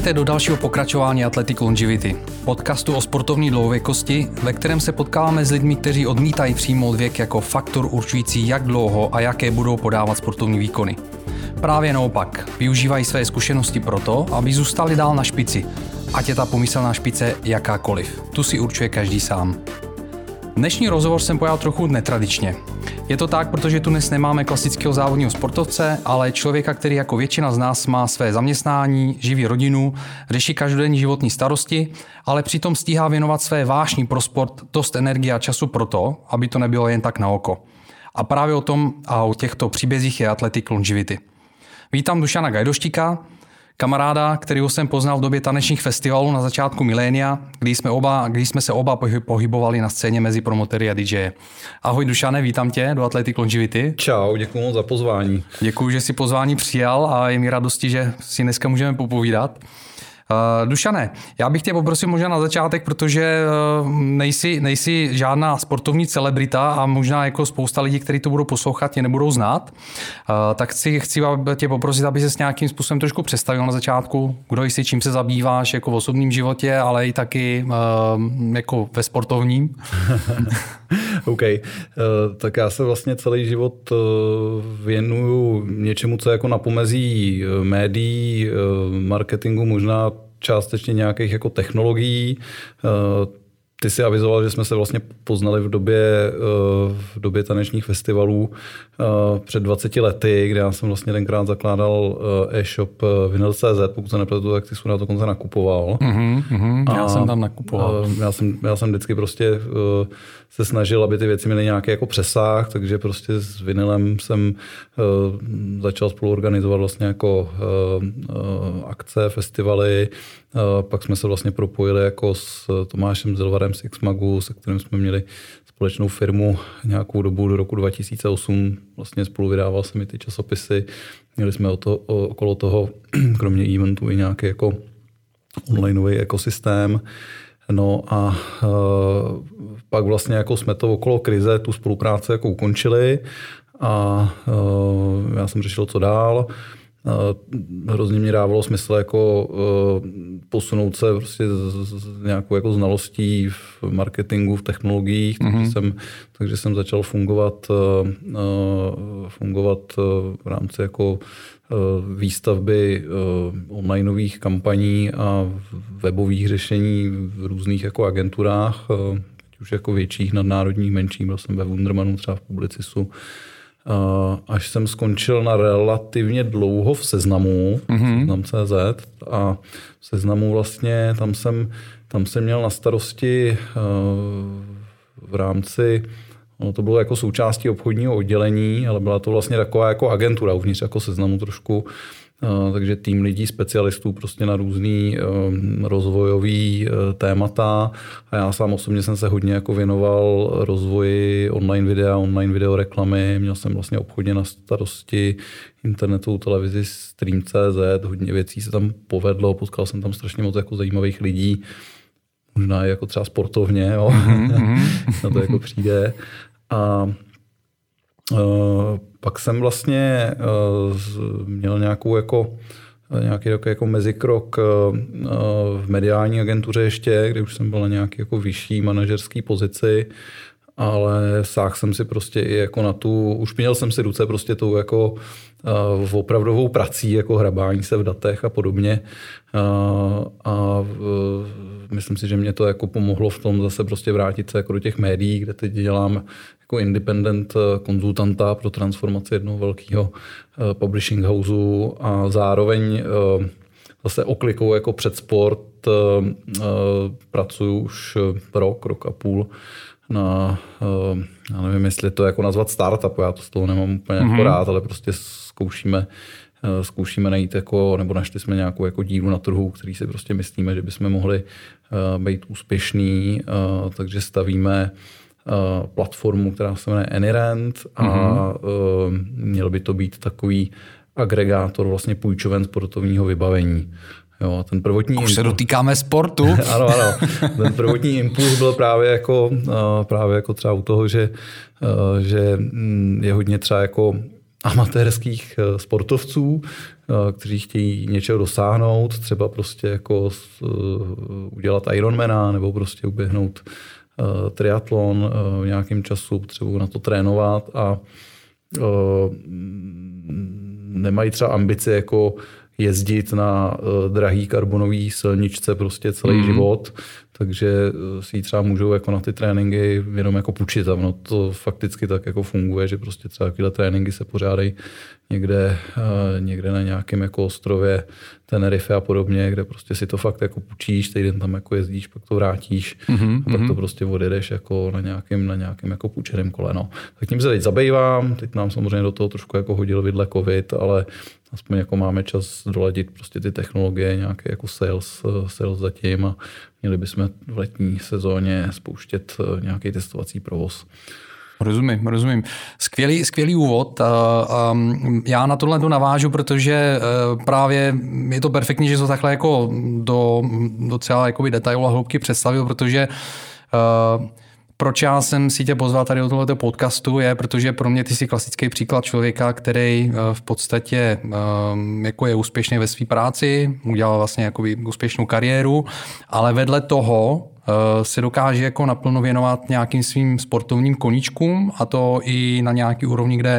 Vítejte do dalšího pokračování Athletic Longevity, podcastu o sportovní dlouhověkosti, ve kterém se potkáváme s lidmi, kteří odmítají přijmout věk jako faktor určující, jak dlouho a jaké budou podávat sportovní výkony. Právě naopak, využívají své zkušenosti proto, aby zůstali dál na špici, ať je ta pomyslná špice jakákoliv. Tu si určuje každý sám. Dnešní rozhovor jsem pojal trochu netradičně. Je to tak, protože tu dnes nemáme klasického závodního sportovce, ale člověka, který jako většina z nás má své zaměstnání, živí rodinu, řeší každodenní životní starosti, ale přitom stíhá věnovat své vášni pro sport dost energie a času proto, aby to nebylo jen tak na oko. A právě o tom a o těchto příbězích je Athletic Longevity. Vítám Dušana Gajdoštíka, kamaráda, kterého jsem poznal v době tanečních festivalů na začátku milénia, kdy jsme se oba pohybovali na scéně mezi promotéry a DJ. Ahoj Dušane, vítám tě do Athletic Longevity. Čau, děkuji moc za pozvání. Děkuji, že jsi pozvání přijal a je mi radosti, že si dneska můžeme popovídat. Dušane, já bych tě poprosil možná na začátek, protože nejsi žádná sportovní celebrita a možná jako spousta lidí, kteří to budou poslouchat, tě nebudou znát, tak chci tě poprosit, aby ses nějakým způsobem trošku představil na začátku, kdo jsi, čím se zabýváš jako v osobním životě, ale i taky jako ve sportovním. OK, tak já se vlastně celý život věnuju něčemu, co je jako na pomezí médií, marketingu, možná částečně nějakých jako technologií. Ty jsi avizoval, že jsme se vlastně poznali v době tanečních festivalů před 20 lety, kde já jsem vlastně tenkrát zakládal e-shop Vinyl.cz, pokud se nepletu, tak ty jsi na to konce nakupoval. Já jsem tam nakupoval. Já jsem vždycky prostě se snažil, aby ty věci měly nějaký jako přesah, takže prostě s vinylem jsem začal spoluorganizovat vlastně jako akce, festivaly. Pak jsme se vlastně propojili jako s Tomášem Zilvarem z X-Magu, se kterým jsme měli společnou firmu nějakou dobu do roku 2008. Vlastně spolu vydával jsem i ty časopisy. Měli jsme okolo toho, kromě eventu, i nějaký jako onlineový ekosystém. No a pak vlastně jako jsme to okolo krize, tu spolupráci jako ukončili a já jsem řešil, co dál. Hrozně mě dávalo smysl jako posunout se prostě z nějakou jako znalostí v marketingu, v technologiích, takže jsem začal fungovat v rámci jako výstavby onlineových kampaní a webových řešení v různých jako agenturách, už jako větších, nadnárodních, menších. Byl jsem ve Wundermanu, třeba v Publicisu. Až jsem skončil na relativně dlouho v Seznamu, Seznam.cz, a v Seznamu vlastně tam jsem měl na starosti v rámci, to bylo jako součástí obchodního oddělení, ale byla to vlastně taková jako agentura uvnitř jako Seznamu trošku, takže tým lidí, specialistů prostě na různý rozvojový témata a já sám osobně jsem se hodně jako věnoval rozvoji online videa, online videoreklamy, měl jsem vlastně obchodně na starosti internetovou televizi Stream.cz, hodně věcí se tam povedlo, potkal jsem tam strašně moc jako zajímavých lidí, možná i jako třeba sportovně, jo. Na to jako přijde. A pak jsem vlastně měl nějaký jako mezikrok v mediální agentuře ještě, kde už jsem byl na nějaký jako vyšší manažerský pozici, ale sáhl jsem si prostě i jako na už měl jsem si ruce prostě tou jako opravdovou prací, jako hrabání se v datech a podobně. A myslím si, že mě to jako pomohlo v tom zase prostě vrátit se jako do těch médií, kde teď dělám jako independent konzultanta pro transformaci jednoho velkého publishing houseu a zároveň zase oklikou jako před sport pracuji už rok a půl na, já nevím, jestli to jako nazvat startup, já to z toho nemám úplně jako rád, ale prostě zkoušíme najít jako, nebo našli jsme nějakou jako dílu na trhu, který si prostě myslíme, že bychom mohli být úspěšný, takže stavíme platformu, která se jmenuje AnyRent a měl by to být takový agregátor vlastně půjčoven sportovního vybavení. Jo, ten prvotní už se dotýkáme sportu. Ano. Ten prvotní impuls byl právě jako třeba u toho, že je hodně třeba jako amatérských sportovců, kteří chtějí něčeho dosáhnout, třeba prostě jako udělat Ironmana nebo prostě uběhnout triatlon v nějakém času, potřebují na to trénovat a nemají třeba ambice jako jezdit na drahý karbonové silničce prostě celý život, takže si třeba můžou jako na ty tréninky jenom jako půjčit. No to fakticky tak jako funguje, že prostě třeba takové tréninky se pořádají někde na nějakém jako ostrově Tenerife a podobně, kde prostě si to fakt jako půjčíš, týden tam jako jezdíš, pak to vrátíš a pak to prostě odjedeš jako na nějakém jako půjčeném kole. No. Tak tím se teď zabývám, teď nám samozřejmě do toho trošku jako hodil vidle covid, ale aspoň jako máme čas doladit prostě ty technologie, nějaký jako sales zatím a měli bychom v letní sezóně spouštět nějaký testovací provoz. Rozumím. Skvělý úvod. Já na tohle navážu, protože právě je to perfektní, že to takhle jako do docela detailu a hloubky představil, protože proč já jsem si tě pozval tady do tohoto podcastu je, protože pro mě ty jsi klasický příklad člověka, který v podstatě jako je úspěšný ve své práci, udělal vlastně jakoby úspěšnou kariéru, ale vedle toho se dokáže jako naplno věnovat nějakým svým sportovním koníčkům a to i na nějaký úrovni, kde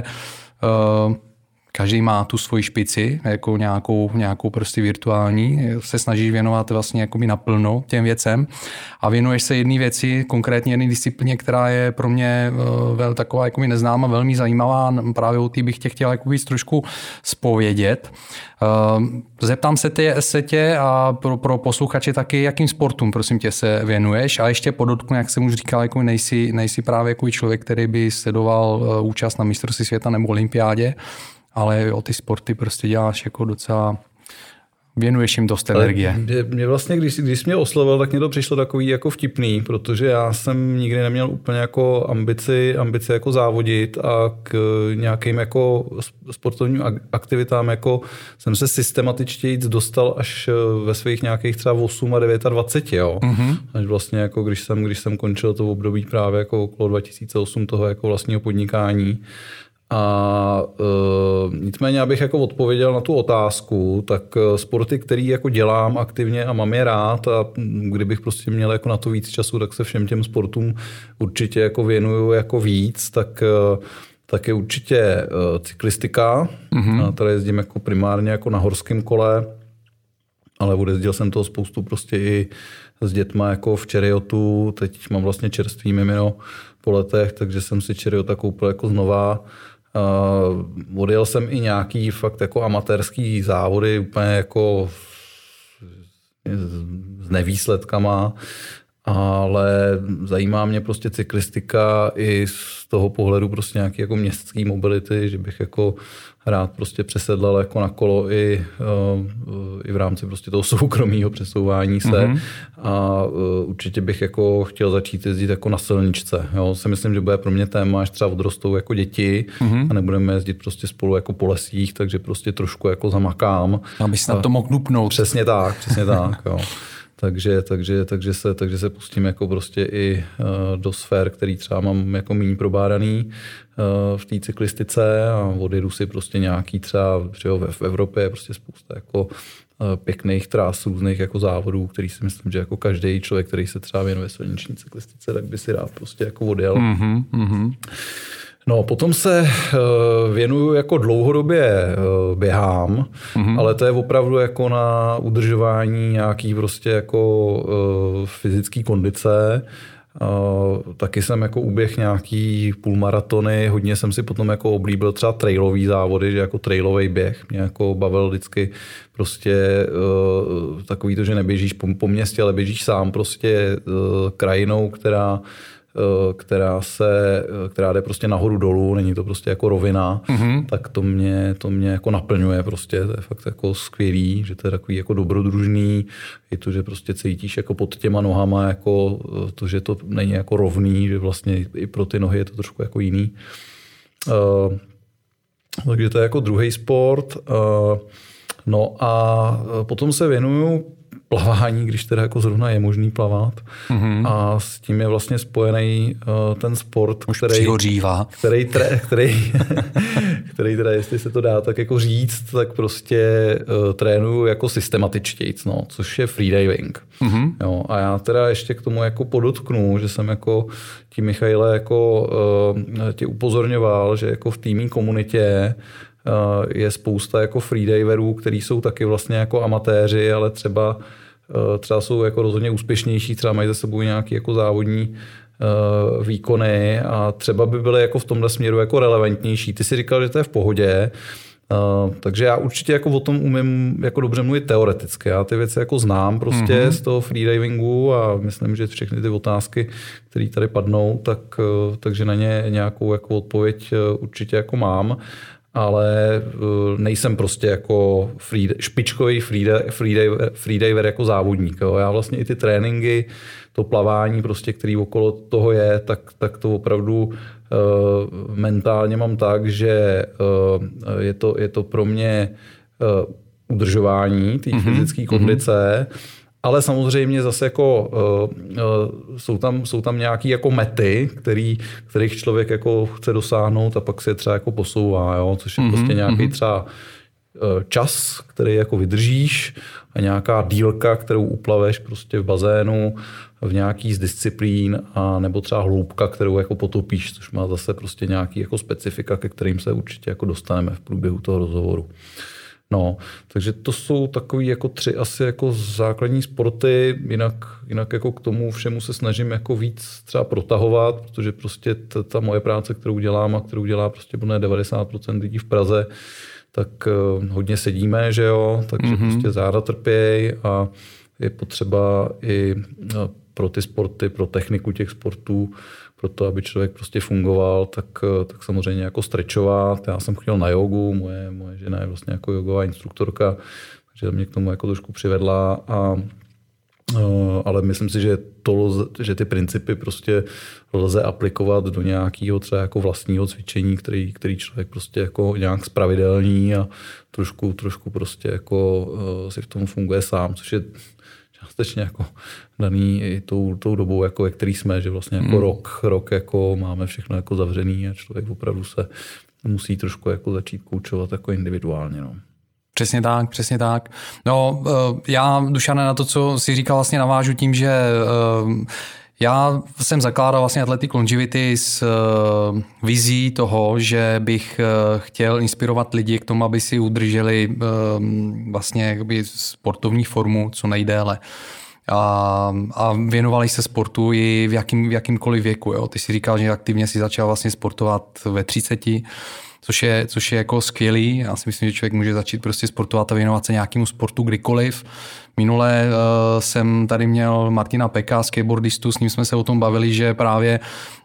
každý má tu svoji špici, jako nějakou prostě virtuální, se snažíš věnovat vlastně jakoby naplno těm věcem a věnuješ se jedné věci, konkrétně jedné disciplíně, která je pro mě taková jakoby neznáma, velmi zajímavá, právě o té bych tě chtěl jakoby trošku zpovědět. Zeptám se tě a pro posluchače taky, jakým sportům prosím tě se věnuješ a ještě podotknu, jak jsem už říkal, jako nejsi právě jako člověk, který by sledoval účast na mistrovství světa nebo olympiádě, ale o ty sporty prostě děláš jako docela, věnuješ jim dost energie. Mě vlastně, když jsi mě oslovil, tak mě to přišlo takový jako vtipný, protože já jsem nikdy neměl úplně jako ambici jako závodit a k nějakým jako sportovním aktivitám jako jsem se systematičtěji dostal až ve svých nějakých třeba 8 a 29, jo. Až vlastně jako když jsem končil to období právě jako okolo 2008 toho jako vlastního podnikání. A nicméně, abych jako odpověděl na tu otázku, tak sporty, který jako dělám aktivně a mám je rád a kdybych prostě měl jako na to víc času, tak se všem těm sportům určitě jako věnuju jako víc, tak je určitě cyklistika. A tady jezdím jako primárně jako na horském kole, ale odjezdil jsem toho spoustu prostě i s dětma jako v Cheriotu, teď mám vlastně čerstvý mimino po letech, takže jsem si Cheriota koupil jako znova. Odjel jsem i nějaký fakt jako amatérský závody, úplně jako s nevýsledkama, ale zajímá mě prostě cyklistika i z toho pohledu prostě nějaký jako městský mobility, že bych jako rád prostě přesedlal jako na kolo i v rámci prostě toho soukromého přesouvání se a určitě bych jako chtěl začít jezdit jako na silničce. Jo. Si myslím, že bude pro mě téma, až třeba odrostou jako děti a nebudeme jezdit prostě spolu jako po lesích, takže prostě trošku jako zamakám. Aby se na to mohl dupnout. Přesně tak, jo. Takže se pustím jako prostě i do sfér, který třeba mám jako méně probádaný v té cyklistice a odjedu si prostě nějaký třeba v Evropě je prostě spousta jako pěkných tras, různých jako závodů, který si myslím, že jako každý člověk, který se třeba věnuje silniční cyklistice, tak by si rád prostě jako odjel. No, potom se věnuju jako dlouhodobě běhám, ale to je opravdu jako na udržování nějaký prostě jako fyzické kondice. Taky jsem jako uběh nějaký půlmaratony, hodně jsem si potom jako oblíbil třeba trailový závody, že jako trailový běh mě jako bavil vždycky prostě takový to, že neběžíš po městě, ale běžíš sám prostě krajinou, která jde prostě nahoru dolů, není to prostě jako rovina, tak to mě jako naplňuje prostě, to je fakt jako skvělý, že to je takový jako dobrodružný, i to, že prostě cítíš jako pod těma nohama, jako to, že to není jako rovný, že vlastně i pro ty nohy je to trošku jako jiný. Takže to je jako druhý sport. No a potom se věnuju plavání, když teda jako zrovna je možný plavat. A s tím je vlastně spojený ten sport, který teda, jestli se to dá tak jako říct, tak prostě trénuju jako systematičtějc, no, což je freediving. Jo, a já teda ještě k tomu jako podotknu, že jsem jako ti Michaile jako tě upozorňoval, že jako v týmí komunitě je spousta jako freediverů, kteří jsou taky vlastně jako amatéři, ale třeba jsou jako rozhodně úspěšnější, třeba mají za sebou nějaký jako závodní výkony a třeba by byly jako v tomhle směru jako relevantnější. Ty si říkal, že to je v pohodě, takže já určitě jako o tom umím jako dobře mluvit teoreticky. Já ty věci jako znám prostě z toho freedivingu a myslím, že všechny ty otázky, které tady padnou, takže na ně nějakou jako odpověď určitě jako mám. Ale nejsem prostě jako špičkový freediver jako závodník. Jo. Já vlastně i ty tréninky, to plavání, prostě, který okolo toho je, tak to opravdu mentálně mám tak, že je to pro mě udržování té fyzické kondice, ale samozřejmě zase jako jsou tam nějaké jako mety, kterých člověk jako chce dosáhnout a pak se třeba jako posouvá, jo? Což je prostě nějaký třeba čas, který jako vydržíš a nějaká dílka, kterou uplaveš prostě v bazénu, v nějaký z disciplín a nebo třeba hloubka, kterou jako potopíš, což má zase prostě nějaký jako specifika, ke kterým se určitě jako dostaneme v průběhu toho rozhovoru. No, takže to jsou takový jako 3 asi jako základní sporty, jinak jako k tomu všemu se snažím jako víc třeba protahovat, protože prostě ta moje práce, kterou dělám a kterou dělá prostě 90% lidí v Praze, tak hodně sedíme, že jo, takže prostě záda trpěj a je potřeba i pro ty sporty, pro techniku těch sportů, pro to, aby člověk prostě fungoval, tak samozřejmě jako stretchovat. Já jsem chodil na jogu, moje žena je vlastně jako jogová instruktorka, takže mě k tomu jako trošku přivedla, ale myslím si, že ty principy prostě lze aplikovat do nějakého třeba jako vlastního cvičení, který člověk prostě jako nějak spravidelní a trošku prostě jako si v tom funguje sám, což je částečně jako daný i tou dobou, jako ve který jsme, že vlastně jako rok jako máme všechno jako zavřený a člověk opravdu se musí trošku jako začít koučovat jako individuálně. No. Přesně tak. No, já, Dušane, na to, co jsi říkal, vlastně navážu tím, že já jsem zakládal vlastně Athletic Longevity s vizí toho, že bych chtěl inspirovat lidi k tomu, aby si udrželi vlastně jakoby sportovní formu co nejdéle. A věnovali se sportu i v jakýmkoliv věku. Jo. Ty jsi říkal, že aktivně si začal vlastně sportovat ve 30, což je jako skvělý. Já si myslím, že člověk může začít prostě sportovat a věnovat se nějakému sportu kdykoliv. Minule jsem tady měl Martina Peka, skateboardistu, s ním jsme se o tom bavili, že právě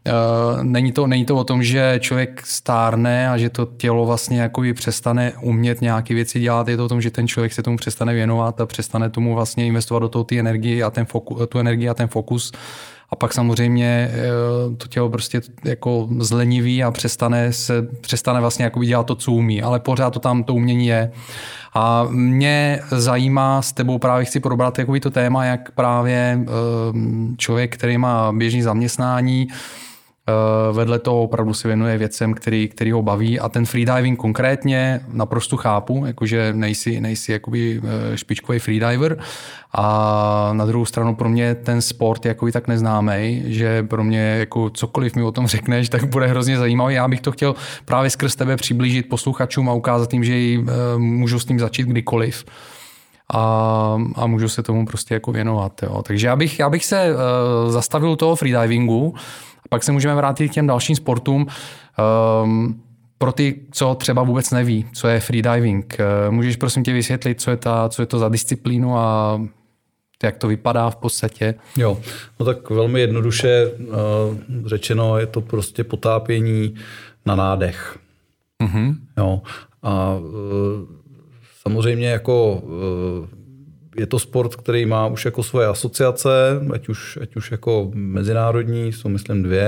není to o tom, že člověk stárne a že to tělo vlastně jakoby přestane umět nějaké věci dělat, je to o tom, že ten člověk se tomu přestane věnovat a přestane tomu vlastně investovat do toho tu energii a ten fokus. A pak samozřejmě to tělo prostě jako zleniví a přestane vlastně jakoby dělat to, co umí, ale pořád to umění je. A mě zajímá, s tebou právě chci probrat jakoby to téma, jak právě člověk, který má běžný zaměstnání, vedle toho opravdu se věnuje věcem, který ho baví a ten freediving konkrétně naprosto chápu, jakože nejsi jakoby špičkový freediver a na druhou stranu pro mě ten sport je jakoby tak neznámý, že pro mě jako cokoliv mi o tom řekneš, tak bude hrozně zajímavý. Já bych to chtěl právě skrz tebe přiblížit posluchačům a ukázat jim, že můžu s tím začít kdykoliv. A můžu se tomu prostě jako věnovat. Jo. Takže já bych se zastavil toho freedivingu. Pak se můžeme vrátit k těm dalším sportům. Pro ty, co třeba vůbec neví, co je freediving, můžeš prosím tě vysvětlit, co je to za disciplínu a jak to vypadá v podstatě? Jo, no tak velmi jednoduše řečeno, je to prostě potápění na nádech. Jo, a samozřejmě jako je to sport, který má už jako svoje asociace, ať už jako mezinárodní, jsou myslím 2.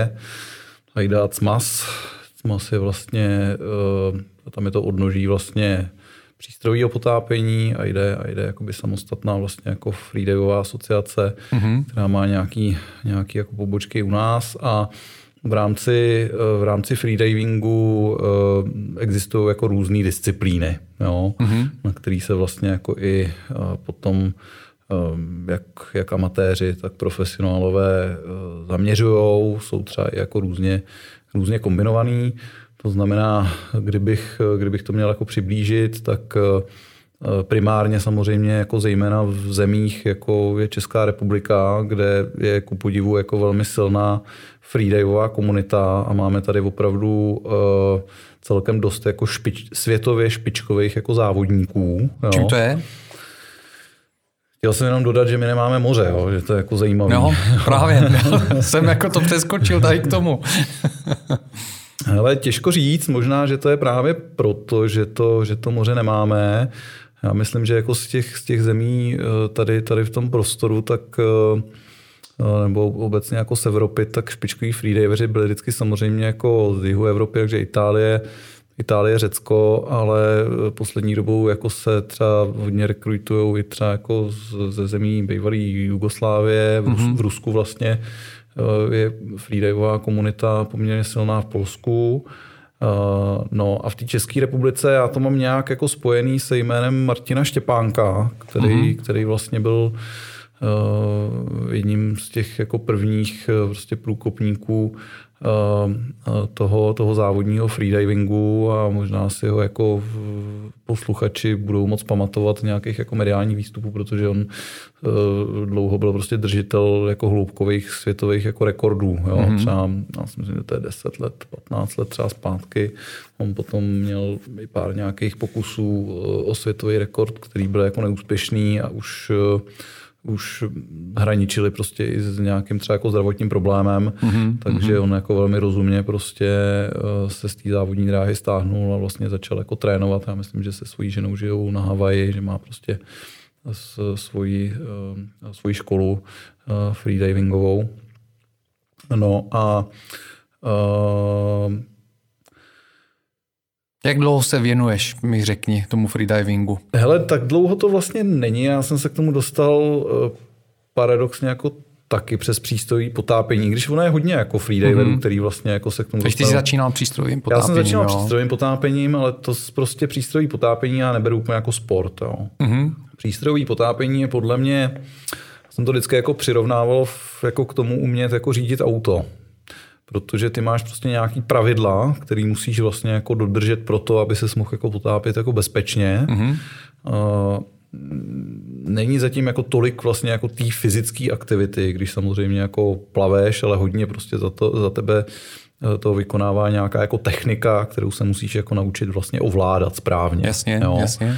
Hajdát CMAS. CMAS je vlastně, tam je to odnoží vlastně přístrojového potápění a jde jakoby samostatná vlastně jako freedivová asociace, která má nějaký jako pobočky u nás a v rámci freedivingu existují jako různé disciplíny, jo, na který se vlastně jako i potom jak amatéři, tak profesionálové zaměřujou, jsou třeba i jako různě kombinovaný. To znamená, kdybych to měl jako přiblížit, tak primárně samozřejmě jako zejména v zemích, jako je Česká republika, kde je ku podivu jako velmi silná freedivová komunita a máme tady opravdu celkem dost jako světově špičkových jako závodníků. Jo. Čím to je? Chtěl jsem jenom dodat, že my nemáme moře, jo, že to je jako zajímavé. No, právě. Jsem jako to přeskočil tady k tomu. Ale těžko říct, možná, že to je právě proto, že to moře nemáme. Já myslím, že jako z těch zemí tady v tom prostoru, tak nebo obecně jako z Evropy, tak špičkoví freediveři byli vždycky samozřejmě jako z jihu Evropy, takže Itálie, Řecko, ale poslední dobou jako se třeba hodně rekrutujou i třeba jako ze zemí bývalé Jugoslávie, v Rusku vlastně je freedivová komunita poměrně silná v Polsku. No a v té České republice já to mám nějak jako spojený se jménem Martina Štěpánka, který vlastně byl jedním z těch jako prvních prostě průkopníků toho závodního freedivingu a možná si ho jako posluchači budou moc pamatovat nějakých jako mediálních výstupů, protože on dlouho byl prostě držitel jako hloubkových světových jako rekordů. Jo? Třeba, já si myslím, že to je 10 let, 15 let třeba zpátky. On potom měl i pár nějakých pokusů o světový rekord, který byl jako neúspěšný a už hraničili prostě i s nějakým třeba jako zdravotním problémem, takže on jako velmi rozumně prostě se z té závodní dráhy stáhnul a vlastně začal jako trénovat. Já myslím, že se svojí ženou žijou na Havaji, že má prostě svoji školu freedivingovou. No a jak dlouho se věnuješ, mi řekni, tomu freedivingu? Hele, tak dlouho to vlastně není. Já jsem se k tomu dostal paradoxně jako taky přes přístrojové potápění, když ono je hodně jako freediverů, který vlastně jako se k tomu dostal. Ty jsi začínal přístrojovým potápěním. Já jsem začínal přístrojovým potápěním, ale to prostě přístrojové potápění já neberu úplně jako sport. Jo. Přístrojové potápění je podle mě, jsem to vždycky jako přirovnával jako k tomu umět jako řídit auto. Protože ty máš prostě nějaký pravidla, který musíš vlastně jako dodržet pro to, aby ses mohl jako potápět jako bezpečně. Není zatím jako tolik vlastně jako té fyzické aktivity, když samozřejmě jako plaveš, ale hodně prostě za tebe to vykonává nějaká jako technika, kterou se musíš jako naučit vlastně ovládat správně. Jasně, jo. jasně.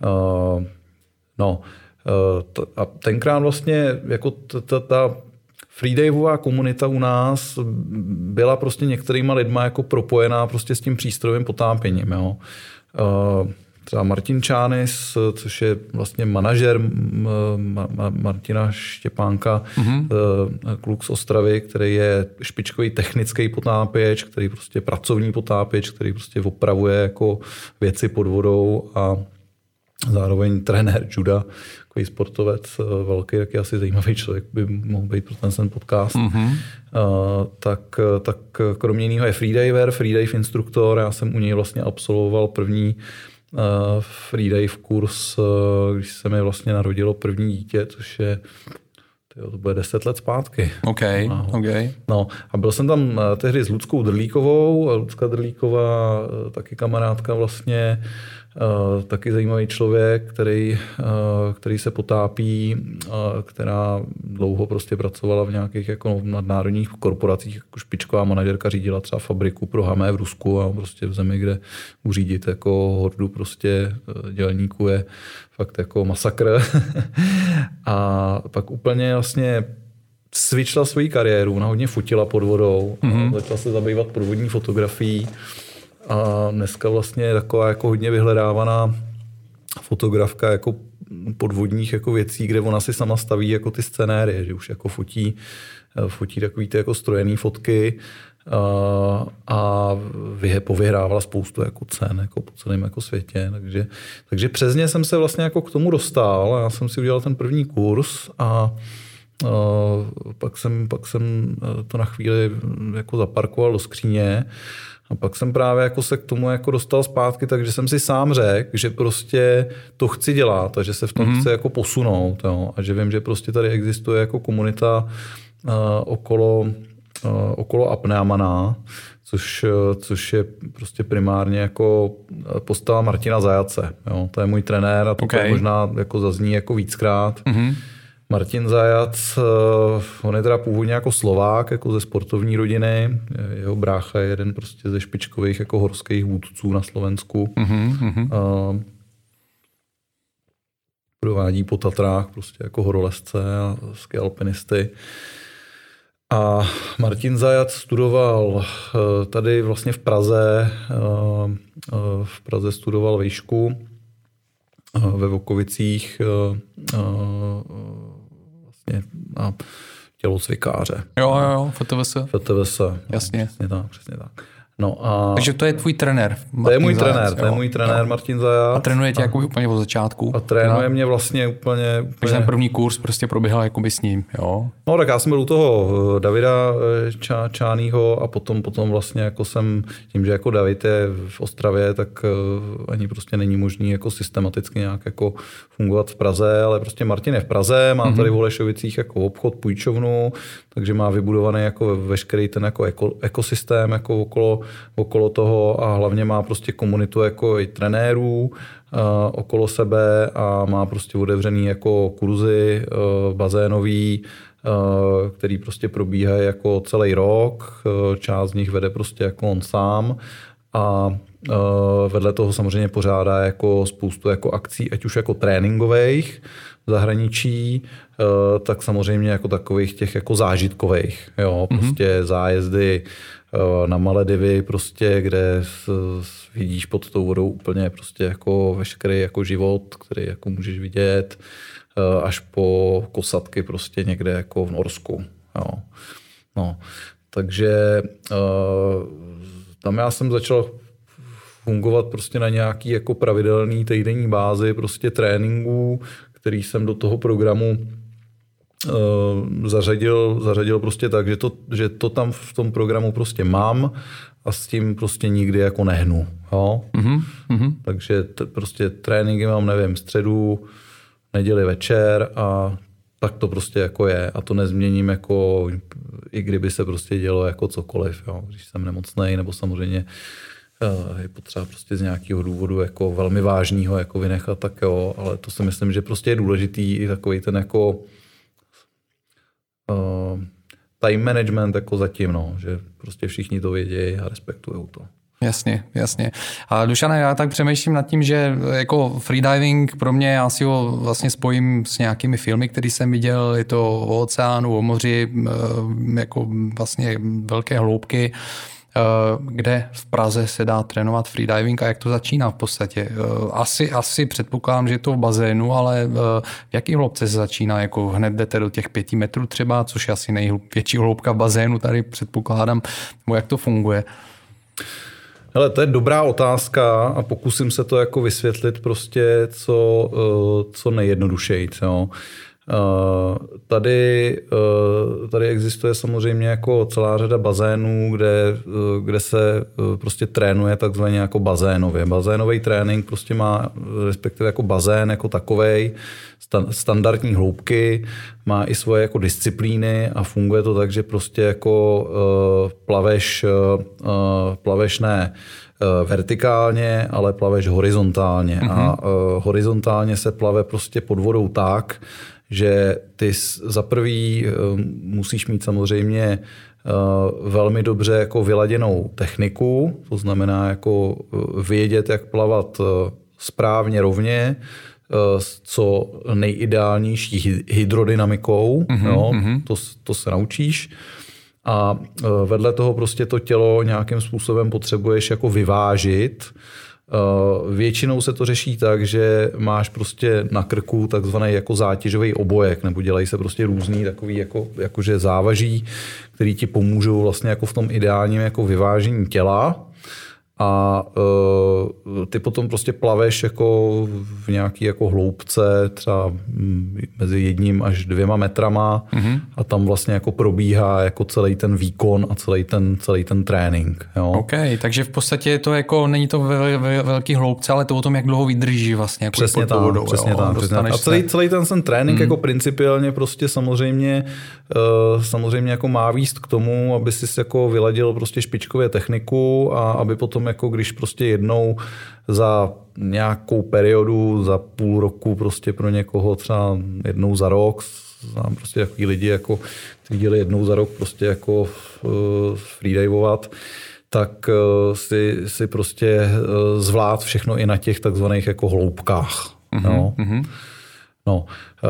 A tenkrát vlastně jako ta freedivová komunita u nás byla prostě některýma lidma jako propojená prostě s tím přístrojovým potápěním. Jo. Třeba Martin Čánis, což je vlastně manažer Martina Štěpánka, kluk z Ostravy, který je špičkový technický potápěč, který prostě pracovní potápěč, který prostě opravuje jako věci pod vodou a zároveň trenér juda, takový sportovec velký, taky asi zajímavý člověk by mohl být pro ten podcast. Tak kromě jiného je freedive instruktor. Já jsem u něj vlastně absolvoval první freedive kurz, když se mi vlastně narodilo první dítě, což je to bude 10 let zpátky. Okay. No, a byl jsem tam tehdy s Luckou Drlíkovou. Lucka Drlíková, taky kamarádka vlastně, taky zajímavý člověk, který se potápí, která dlouho prostě pracovala v nějakých jako nadnárodních korporacích, jako špičková manažerka, řídila třeba fabriku pro Hamé v Rusku a prostě v zemi, kde uřídit jako hordu prostě dělníků je fakt jako masakr. A pak úplně vlastně switchla svoji kariéru, ona hodně fotila pod vodou, začala se zabývat podvodní fotografií a dneska vlastně je taková jako hodně vyhledávaná fotografka jako podvodních jako věcí, kde ona si sama staví jako ty scenérie, že už jako fotí takový ty jako strojený fotky a povyhrávala spoustu jako cen jako po celém jako světě. Takže přes ně jsem se vlastně jako k tomu dostal. Já jsem si udělal ten první kurz a pak jsem to na chvíli jako zaparkoval do skříně a pak jsem právě jako se k tomu jako dostal zpátky, takže jsem si sám řekl, že prostě to chci dělat a že se v tom chci jako posunout, jo, a že vím, že prostě tady existuje jako komunita okolo apneamana, což je prostě primárně jako postava Martina Zajace. Jo. To je můj trenér a to možná jako zazní jako víckrát. Martin Zajac, on je teda původně jako Slovák, jako ze sportovní rodiny. Jeho brácha je jeden prostě ze špičkových jako horských vůdců na Slovensku. Provádí po Tatrách prostě jako horolezce a ski alpinisty. A Martin Zajac studoval tady vlastně v Praze. V Praze studoval výšku ve Vokovicích vlastně na tělocvikáře. Jo, FTVS. FTVS. Jasně. Přesně tak. No a takže to je tvůj trenér. To je můj trenér Martin Zajac. A trénuje tě jako úplně od začátku. A trénuje mě vlastně úplně. Takže ten první kurz prostě proběhl jakoby s ním, jo? No tak já jsem byl u toho Davida Čánýho a potom vlastně jako jsem, tím, že jako David je v Ostravě, tak ani prostě není možný jako systematicky nějak jako fungovat v Praze, ale prostě Martin je v Praze, má tady v Holešovicích jako obchod, půjčovnu, takže má vybudovaný jako veškerý ten jako ekosystém jako okolo toho a hlavně má prostě komunitu jako i trenérů okolo sebe a má prostě otevřený jako kurzy bazénový, který prostě probíhají jako celý rok. Část z nich vede prostě jako on sám a vedle toho samozřejmě pořádá jako spoustu jako akcí, ať už jako tréninkových v zahraničí, tak samozřejmě jako takových těch jako zážitkových. Jo, prostě zájezdy na Maledivy, prostě, kde vidíš pod tou vodou úplně prostě jako veškerý jako život, který jako můžeš vidět, až po kosatky prostě někde jako v Norsku. Jo. No, takže tam já jsem začal fungovat prostě na nějaký jako pravidelný týdenní bázi prostě tréninků, který jsem do toho programu zařadil prostě tak, že to tam v tom programu prostě mám a s tím prostě nikdy jako nehnu. Jo? Takže prostě tréninky mám, nevím, středu, neděli večer a tak to prostě jako je. A to nezměním jako, i kdyby se prostě dělo jako cokoliv. Jo? Když jsem nemocnej, nebo samozřejmě je potřeba prostě z nějakého důvodu jako velmi vážného jako vynechat, tak jo, ale to si myslím, že prostě je důležitý i takový ten jako time management jako zatím, no, že prostě všichni to vědí a respektujou to. Jasně. A Dušane, já tak přemýšlím nad tím, že jako freediving pro mě, já si ho vlastně spojím s nějakými filmy, které jsem viděl, je to o oceánu, o moři, jako vlastně velké hloubky, kde v Praze se dá trénovat freediving a jak to začíná v podstatě. Asi předpokládám, že je to v bazénu, ale v jaký hloubce se začíná? Jako hned jdete do těch 5 metrů třeba, což je asi největší hloubka v bazénu tady předpokládám, nebo jak to funguje? Hele, to je dobrá otázka a pokusím se to jako vysvětlit prostě co nejjednodušeji. Jo. Tady existuje samozřejmě jako celá řada bazénů, kde se prostě trénuje takzvaně jako bazénově. Bazénový trénink prostě má, respektive jako bazén jako takovej, standardní hloubky, má i svoje jako disciplíny a funguje to tak, že prostě jako plaveš ne vertikálně, ale plaveš horizontálně. A horizontálně se plave prostě pod vodou tak, že ty za prvý musíš mít samozřejmě velmi dobře jako vyladěnou techniku, to znamená jako vědět, jak plavat správně rovně, s co nejideálnější hydrodynamikou, to se naučíš. A vedle toho prostě to tělo nějakým způsobem potřebuješ jako vyvážit Většinou se to řeší tak, že máš prostě na krku takzvaný jako zátěžový obojek, nebo dělají se prostě různý takový jakože závaží, který ti pomůžou vlastně jako v tom ideálním jako vyvážení těla. A ty potom prostě plaveš jako v nějaký jako hloubce třeba mezi 1 až 2 metrama a tam vlastně jako probíhá jako celý ten výkon a celý ten trénink. Jo. OK, takže v podstatě je to jako, není to ve velký hloubce, ale to o tom, jak dlouho vydrží vlastně. Jako přesně tak, vodou, přesně tak. A celý ten trénink jako principiálně prostě samozřejmě jako má výst k tomu, aby si jako vyladil prostě špičkově techniku a aby potom jako když prostě jednou za nějakou periodu, za půl roku prostě pro někoho třeba jednou za rok, znám prostě takový lidi, jako, kteří dělají jednou za rok prostě jako freedivovat, tak si prostě zvlád všechno i na těch takzvaných jako hloubkách. No.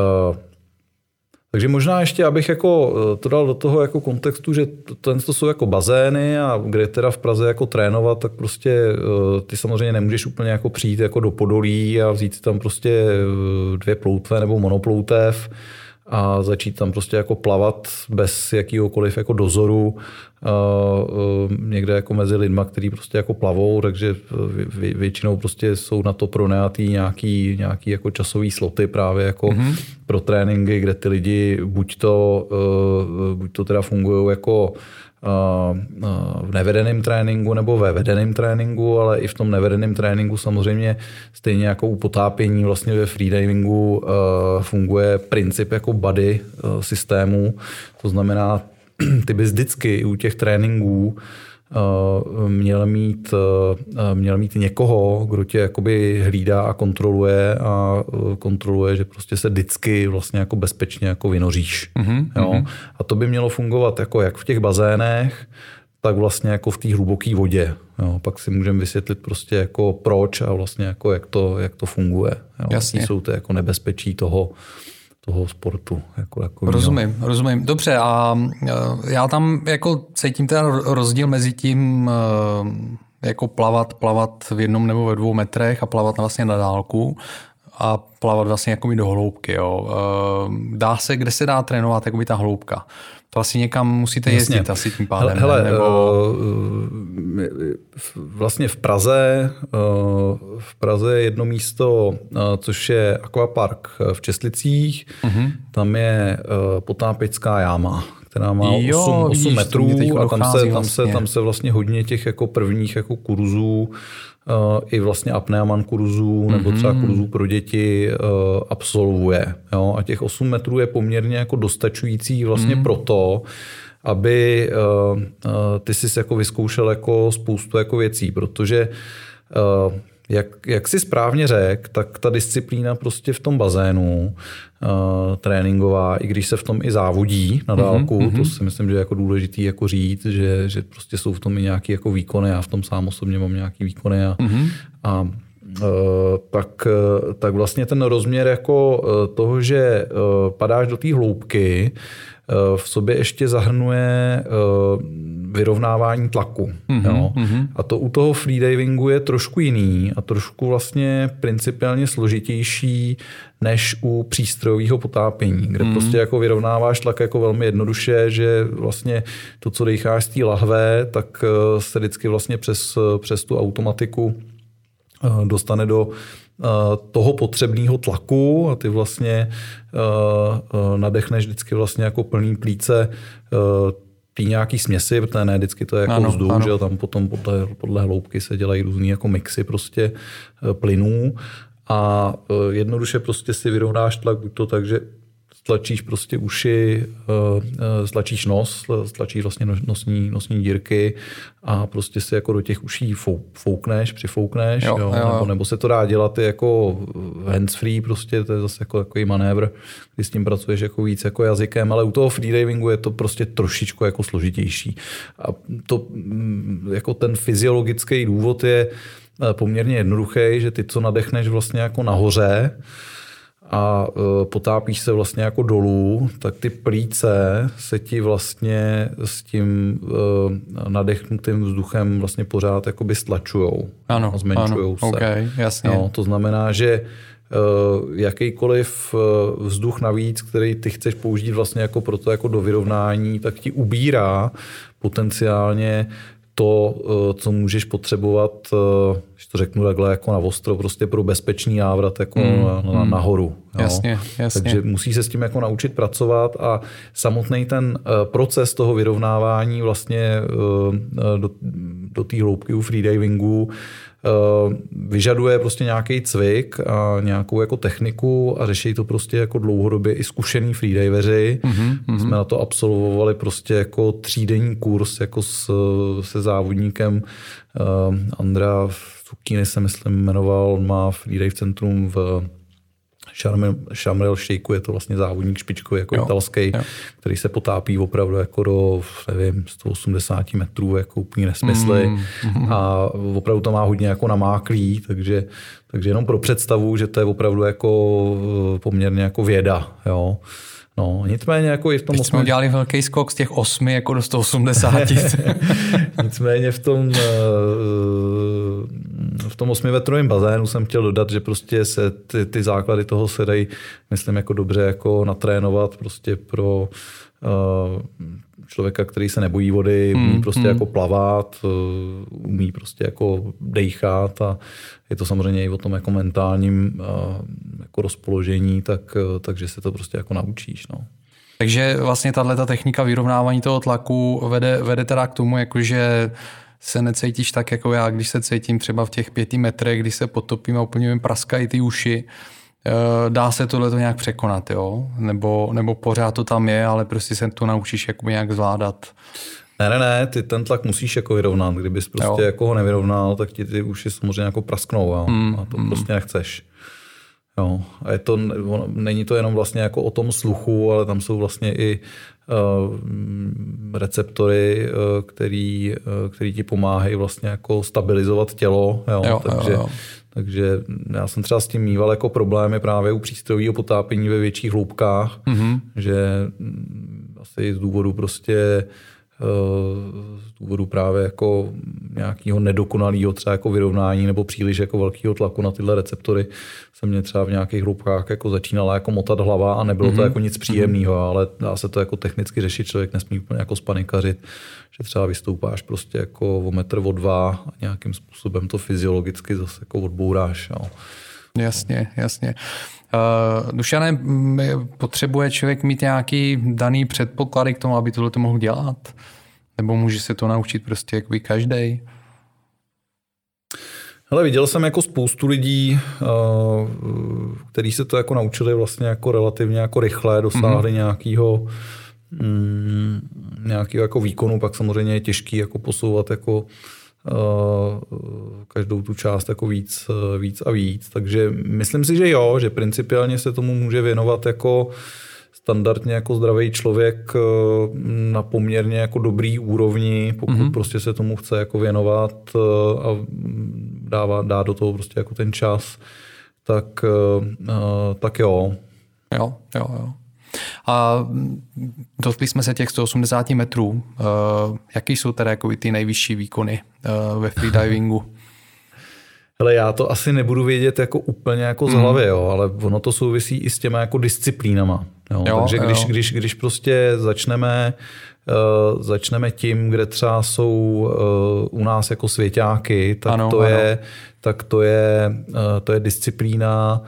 Takže možná ještě, abych jako to dal do toho jako kontextu, že to jsou jako bazény a kde teda v Praze jako trénovat, tak prostě ty samozřejmě nemůžeš úplně jako přijít jako do Podolí a vzít si tam prostě 2 ploutve nebo monoploutev a začít tam prostě jako plavat bez jakýhokoliv jako dozoru někde jako mezi lidma, kteří prostě jako plavou, takže většinou prostě jsou na to pronajatý nějaký jako časový sloty právě jako pro tréninky, kde ty lidi buď to teda fungují jako v nevedeném tréninku nebo ve vedeném tréninku, ale i v tom nevedeném tréninku samozřejmě stejně jako u potápění vlastně ve freedivingu funguje princip jako buddy systému. To znamená, ty bys vždycky u těch tréninků měl mít někoho, kdo tě jakoby hlídá a kontroluje, že prostě se vždycky vlastně jako bezpečně jako vynoříš. Jo? A to by mělo fungovat jako jak v těch bazénech, tak vlastně jako v té hluboké vodě. Jo? Pak si můžeme vysvětlit prostě jako proč a vlastně jako jak to funguje. Jo? Jasně. Jsou to jako nebezpečí toho sportu. Rozumím. Dobře, a já tam jako cítím ten rozdíl mezi tím jako plavat v 1 nebo ve 2 metrech a plavat vlastně na dálku a plavat vlastně jakoby do hloubky. Jo. Kde se dá trénovat jakoby ta hloubka? To asi někam musíte jezdit asi tím pádem. Vlastně v Praze je jedno místo, což je akvapark v Česlicích. Tam je potápěčská jáma, která má 8 metrů a tam se vlastně hodně těch jako prvních jako kurzů i vlastně apneaman kurzů nebo třeba kurzů pro děti absolvuje. Jo? A těch 8 metrů je poměrně jako dostačující vlastně proto, aby ty jsi jako vyzkoušel jako spoustu jako věcí, protože jak jsi správně řekl, tak ta disciplína prostě v tom bazénu tréninková, i když se v tom i závodí na dálku, to si myslím, že je jako důležitý jako říct, že prostě jsou v tom i nějaký jako výkony, já v tom sám osobně mám nějaký výkony a tak vlastně ten rozměr jako toho, že padáš do té hloubky, v sobě ještě zahrnuje vyrovnávání tlaku. Jo? A to u toho freedivingu je trošku jiný a trošku vlastně principiálně složitější než u přístrojového potápění, kde prostě jako vyrovnáváš tlak jako velmi jednoduše, že vlastně to, co decháš z té lahve, tak se vždycky vlastně přes tu automatiku dostane do toho potřebného tlaku a ty vlastně nadechneš vždycky vlastně jako plný plíce tý nějaký směsi, protože ne vždycky to je jako vzduch, že tam potom podle hloubky se dělají různý jako mixy prostě plynů a jednoduše prostě si vyrovnáš tlak buď to tak, že stlačíš prostě uši, stlačíš nos, stlačíš vlastně nosní dírky a prostě si jako do těch uší přifoukneš, nebo se to dá dělat jako hands-free, prostě to je zase jako takový manévr, kdy s tím pracuješ jako víc jako jazykem, ale u toho freedivingu je to prostě trošičku jako složitější. A to jako ten fyziologický důvod je poměrně jednoduchý, že ty, co nadechneš vlastně jako nahoře, a potápíš se vlastně jako dolů, tak ty plíce se ti vlastně s tím nadechnutým vzduchem vlastně pořád jakoby stlačujou. Ano, a zmenšujou se. Okay, jasně. No, to znamená, že jakýkoliv vzduch navíc, který ty chceš použít vlastně jako pro to jako do vyrovnání, tak ti ubírá potenciálně to, co můžeš potřebovat, když to řeknu takhle jako na ostro, prostě pro bezpečný návrat jako nahoru. Jasně. Takže musí se s tím jako naučit pracovat a samotný ten proces toho vyrovnávání vlastně do té hloubky u freedivingu vyžaduje prostě nějaký cvik a nějakou jako techniku a řeší to prostě jako dlouhodobě i zkušený freediveři. Jsme na to absolvovali prostě jako 3denní kurz jako se závodníkem Andrea Zucchini se myslím jmenoval, on má freedive centrum v Sharm el Sheikhu, je to vlastně závodník špičkový jako italský, který se potápí opravdu jako do, nevím, 180 metrů, jako úplně nesmysly a opravdu to má hodně jako namáklý, takže jenom pro představu, že to je opravdu jako poměrně jako věda, jo. No, nicméně jako i v tom... Teď jsme udělali velký skok z těch 8 jako do 180. Nicméně v tom 8metrovém bazénu jsem chtěl dodat, že prostě se ty základy toho se dají, myslím, jako dobře jako natrénovat prostě pro člověka, který se nebojí vody, umí prostě jako plavat, umí prostě jako dejchat a je to samozřejmě i o tom jako mentálním jako rozpoložení, takže se to prostě jako naučíš. No. Takže vlastně tato technika vyrovnávání toho tlaku vede teda k tomu, jakože se necítíš tak jako já, když se cítím třeba v těch 5 metrech, když se potopím a úplně mi praskají ty uši. Dá se tohleto nějak překonat, jo? Nebo pořád to tam je, ale prostě se to naučíš jako nějak zvládat. Ne, ty ten tlak musíš jako vyrovnat. Kdybys prostě jako ho nevyrovnal, tak ti ty uši samozřejmě jako prasknou a to prostě nechceš. Jo. A není to jenom vlastně jako o tom sluchu, ale tam jsou vlastně i receptory, který ti pomáhají vlastně jako stabilizovat tělo. Jo. Takže já jsem třeba s tím mýval jako problémy právě u přístrojového potápění ve větších hloubkách, že asi z důvodu právě jako nějakého nedokonalého třeba jako vyrovnání nebo příliš jako velkého tlaku na tyhle receptory se mě třeba v nějakých hloubkách jako začínala jako motat hlava a nebylo to jako nic příjemného, ale dá se to jako technicky řešit, člověk nesmí úplně jako spanikařit, že třeba vystoupáš prostě jako o metr, o 2 a nějakým způsobem to fyziologicky zase jako odbouráš. Jo. Jasně. Dušane, potřebuje člověk mít nějaký daný předpoklady k tomu, aby tohle to mohl dělat? Nebo může se to naučit prostě jako každej? Hele, viděl jsem jako spoustu lidí, kteří se to jako naučili vlastně jako relativně jako rychle, dosáhli nějakého jako výkonu, pak samozřejmě je těžký jako posouvat jako každou tu část jako víc a víc. Takže myslím si, že jo, že principiálně se tomu může věnovat jako standardně jako zdravý člověk na poměrně jako dobrý úrovni, pokud prostě se tomu chce jako věnovat a dá do toho prostě jako ten čas, tak jo. Jo. A dotkli jsme se těch 180 metrů. Jaký jsou teda jako ty nejvyšší výkony ve freedivingu? Hele, já to asi nebudu vědět jako úplně jako z hlavy, jo, ale ono to souvisí i s těma jako disciplínama. Jo. Takže když prostě začneme tím, kde třeba jsou u nás jako svěťáky, tak to je disciplína,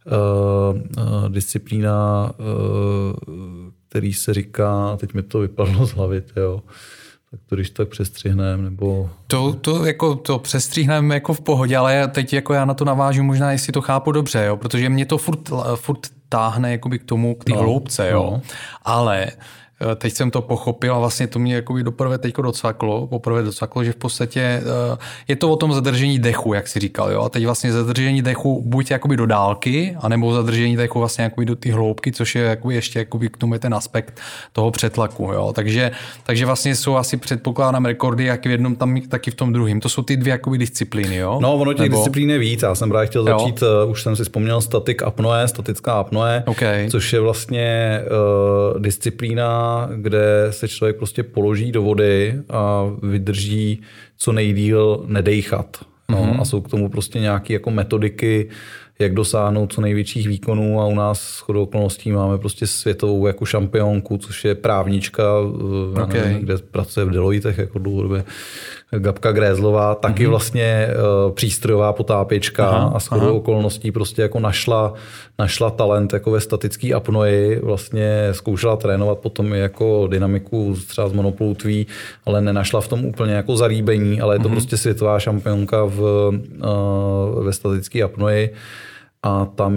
který se říká, teď mi to vypadlo z hlavy, jo. Tak to když tak přestřihneme, nebo... To přestřihneme jako v pohodě, ale teď jako já na to navážu možná, jestli to chápu dobře, jo, protože mě to furt táhne jakoby k té hloubce, jo. Ale teď jsem to pochopil a vlastně to mě jakoby poprvé docvaklo, že v podstatě je to o tom zadržení dechu, jak jsi říkal, jo, a teď vlastně zadržení dechu buď jakoby do dálky, anebo zadržení dechu vlastně jakoby do ty hloubky, což je jakoby ještě jakoby k tomu je ten aspekt toho přetlaku, jo, takže vlastně jsou asi předpokládám rekordy jak v jednom, tam taky v tom druhém, to jsou ty dvě jakoby disciplíny, jo? No, ono těch disciplín je víc, já jsem právě chtěl začít, už jsem si vzpomněl statická apnoe, což je vlastně disciplína, kde se člověk prostě položí do vody a vydrží co nejdýl nedejchat. No, a jsou k tomu prostě nějaké jako metodiky, jak dosáhnout co největších výkonů a u nás shodou okolností máme prostě světovou jako šampionku, což je právnička, nevím, kde pracuje v Deloittech jako dlouhodobě, Gabka Grézlová, taky vlastně přístrojová potápěčka a shodou okolností prostě jako našla talent jako ve statické apnoji, vlastně zkoušela trénovat potom i jako dynamiku třeba z monoploutví, ale nenašla v tom úplně jako zalíbení, ale je to prostě světová šampionka ve statické apnoji a tam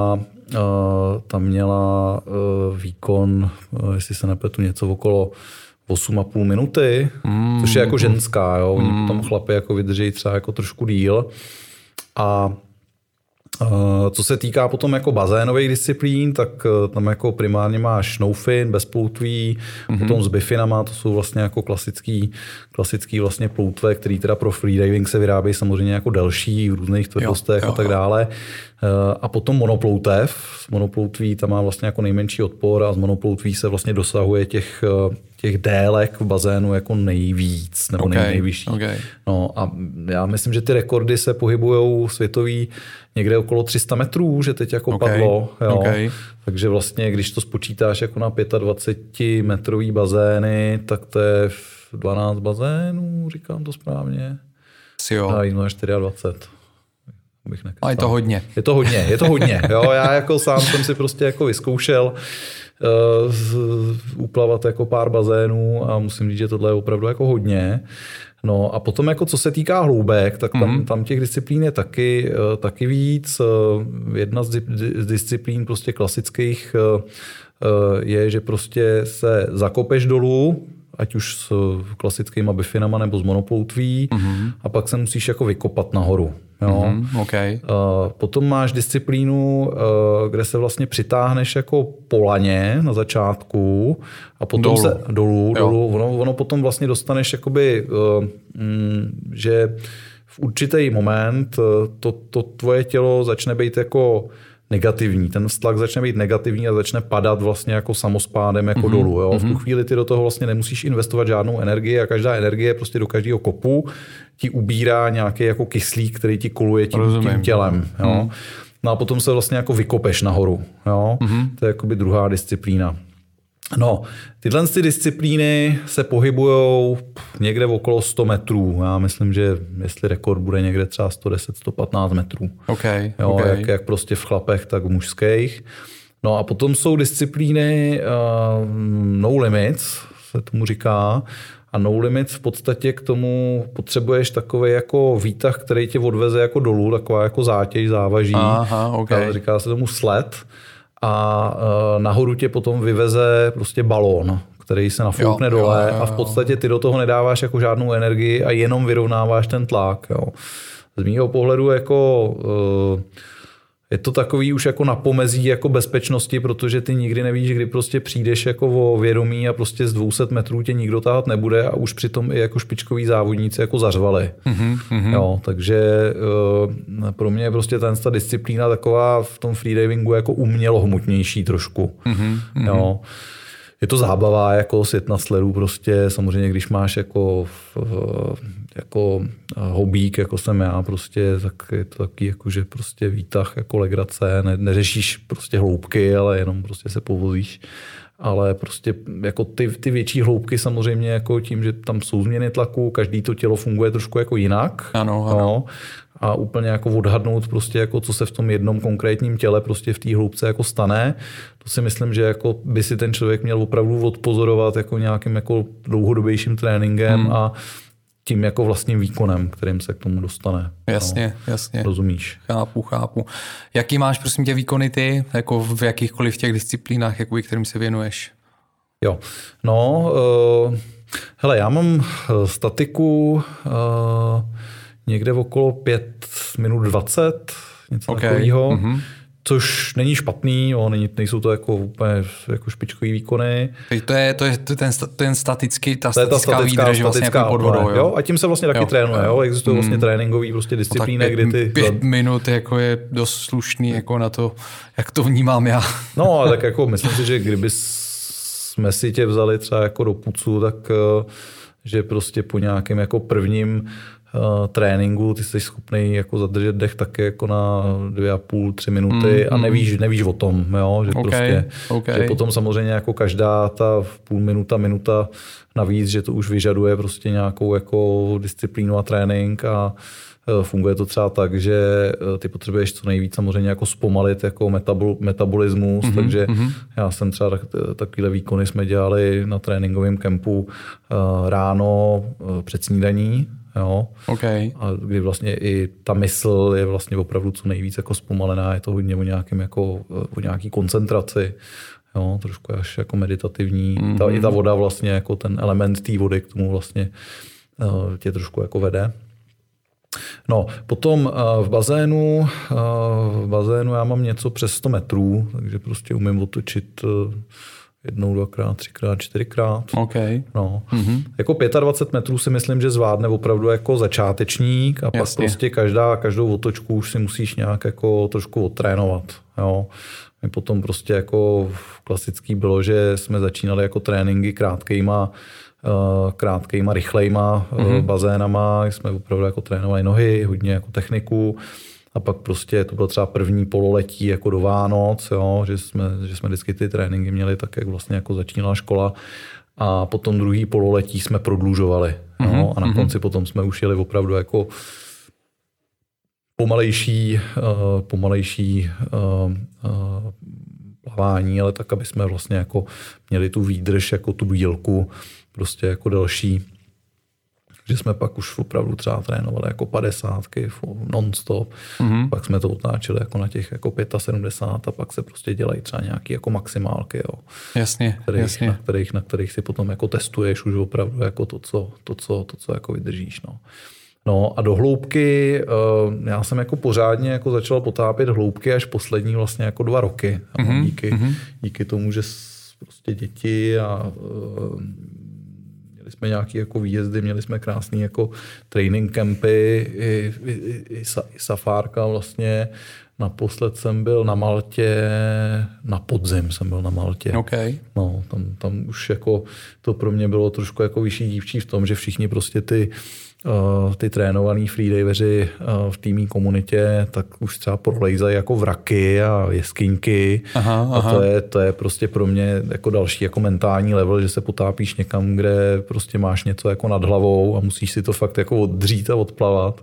měla výkon, jestli se nepletu, něco okolo 8,5 minuty, což je jako ženská, jo. Oni potom chlapi jako vydrží třeba jako trošku díl. A co se týká potom jako bazénových disciplín, tak tam jako primárně máš no fin, bez ploutví, potom s bifinama, to jsou vlastně jako klasický vlastně ploutve, který teda pro freediving se vyrábějí samozřejmě jako delší v různých tvrdostech a tak dále. A potom monoploutev. S monoploutví tam má vlastně jako nejmenší odpor a z monoploutví se vlastně dosahuje těch délek v bazénu jako nejvíc, nebo nejvyšší. No a já myslím, že ty rekordy se pohybujou světový někde okolo 300 metrů, že teď jako padlo. Jo. Takže vlastně, když to spočítáš jako na 25 metrový bazény, tak to je 12 bazénů, říkám to správně. A jí 24. A je to hodně. Je to hodně. Jo, já jako sám jsem si prostě jako vyzkoušel uplavat jako pár bazénů a musím říct, že tohle je opravdu jako hodně. No a potom jako co se týká hloubek, tak tam těch disciplín je taky víc. Jedna z disciplín prostě klasických je, že prostě se zakopeš dolů, ať už s klasickýma bifinama nebo s monoploutví a pak se musíš jako vykopat nahoru. Jo. Potom máš disciplínu, kde se vlastně přitáhneš jako po laně na začátku a potom dolů. Ono potom vlastně dostaneš jakoby, že v určitý moment to tvoje tělo začne být jako negativní. Ten vztlak začne být negativní a začne padat vlastně jako samospádem jako dolů. Jo? V tu chvíli ty do toho vlastně nemusíš investovat žádnou energii a každá energie prostě do každého kopu ti ubírá nějaký jako kyslík, který ti koluje tím tělem. Jo? No a potom se vlastně jako vykopeš nahoru. Jo? To je jakoby druhá disciplína. No, tyhle disciplíny se pohybujou někde okolo 100 metrů. Já myslím, že jestli rekord bude někde třeba 110-115 metrů. Jak prostě v chlapech, tak v mužských. No a potom jsou disciplíny no limits, se tomu říká. A no limits v podstatě k tomu potřebuješ takový jako výtah, který tě odveze jako dolů, taková jako zátěž, závaží. Říká se tomu sled. A nahoru tě potom vyveze prostě balón, který se nafoukne dole a v podstatě ty do toho nedáváš jako žádnou energii a jenom vyrovnáváš ten tlak. Jo. Z mýho pohledu jako je to takový už jako na pomezí jako bezpečnosti, protože ty nikdy nevíš, kdy prostě přijdeš jako o vědomí a prostě z 200 metrů tě nikdo táhat nebude a už přitom i jako špičkoví závodníci jako zařvali. Jo, takže pro mě je prostě ta disciplína taková v tom freedivingu jako umělohmotnější trošku. Jo. Je to zábava, jako svět na sledu prostě, samozřejmě, když máš jako hobík, jako jsem já, prostě, tak je to taky jako, že prostě výtah jako legrace, neřešíš prostě hloubky, ale jenom prostě se povozíš. Ale prostě jako ty větší hloubky samozřejmě jako tím, že tam jsou změny tlaku, každý to tělo funguje trošku jako jinak. Ano. No, a úplně jako odhadnout prostě jako co se v tom jednom konkrétním těle prostě v té hloubce jako stane. To si myslím, že jako by si ten člověk měl opravdu odpozorovat jako nějakým jako dlouhodobějším tréninkem a tím jako vlastním výkonem, kterým se k tomu dostane. Jasně. Rozumíš? Chápu. Jaký máš prosím tě výkony ty, jako v jakýchkoliv těch disciplínách, kterým se věnuješ? Jo, no, hele, já mám statiku někde okolo 5 minut 20, něco takového. Mm-hmm. Což není špatný, jo, nejsou to jako úplně jako špičkový výkony. To je ten statický, ta statická výdrž vlastně jako pod vodou. Jo? A tím se vlastně taky trénuje. Jo? Existují vlastně tréninkový prostě disciplíny, no, kdy ty... 5 minut jako je dost slušný jako na to, jak to vnímám já. No, ale tak jako myslím si, že kdyby jsme si tě vzali třeba jako do pucu, tak že prostě po nějakém jako prvním tréninku ty jsi schopný jako zadržet dech také jako na 2,5-3 minuty a nevíš o tom, jo? Že že potom samozřejmě jako každá ta půl minuta navíc, že to už vyžaduje prostě nějakou jako disciplínu a trénink a funguje to třeba tak, že ty potřebuješ co nejvíc samozřejmě jako zpomalit jako metabolismus, takže já jsem třeba takovýhle výkony jsme dělali na tréninkovém kempu ráno před snídaní. Jo. Okay. A kdy vlastně i ta mysl je vlastně opravdu co nejvíc jako zpomalená, je to hodně o nějakém jako o nějaký koncentraci, jo, trošku až jako meditativní. I ta voda vlastně jako ten element té vody k tomu vlastně tě trošku jako vede. No, potom v bazénu já mám něco přes 100 metrů, takže prostě umím otočit 1, 2x, 3x, 4x. Okay. No. Jako 25 metrů si myslím, že zvládne opravdu jako začátečník a pak prostě každou otočku už si musíš nějak jako trošku odtrénovat. Jo. My potom prostě jako klasický bylo, že jsme začínali jako tréninky krátkejma, rychlejma bazénama, jsme opravdu jako trénovali nohy, hodně jako techniku. A pak prostě to bylo třeba první pololetí jako do Vánoc, jo, že jsme vždycky ty tréninky měli tak, jak vlastně jako začínala škola. A potom druhý pololetí jsme prodlužovali. Jo, a na konci potom jsme už jeli opravdu jako pomalejší plavání, ale tak, aby jsme vlastně jako měli tu výdrž, jako tu dílku prostě jako další. Že jsme pak už opravdu třeba trénovali jako 50 non-stop, pak jsme to otáčeli jako na těch jako 75 a pak se prostě dělají třeba nějaký jako maximálky, jo. Jasně. Na kterých si potom jako testuješ už opravdu jako to, co jako vydržíš, no. No a do hloubky, já jsem jako pořádně jako začal potápět hloubky až poslední vlastně jako 2 roky. Díky tomu, že prostě děti a měli jsme nějaké jako výjezdy, měli jsme krásný jako training campy, i safárka vlastně. Naposled jsem byl na Maltě, na podzim jsem byl na Maltě. Okay. No, tam už jako to pro mě bylo trošku jako vyšší dívčí v tom, že všichni prostě ty trénovaný freediveři v týmí komunitě, tak už třeba prolejzají jako vraky a jeskyňky. A to je prostě pro mě jako další jako mentální level, že se potápíš někam, kde prostě máš něco jako nad hlavou a musíš si to fakt jako oddřít a odplavat.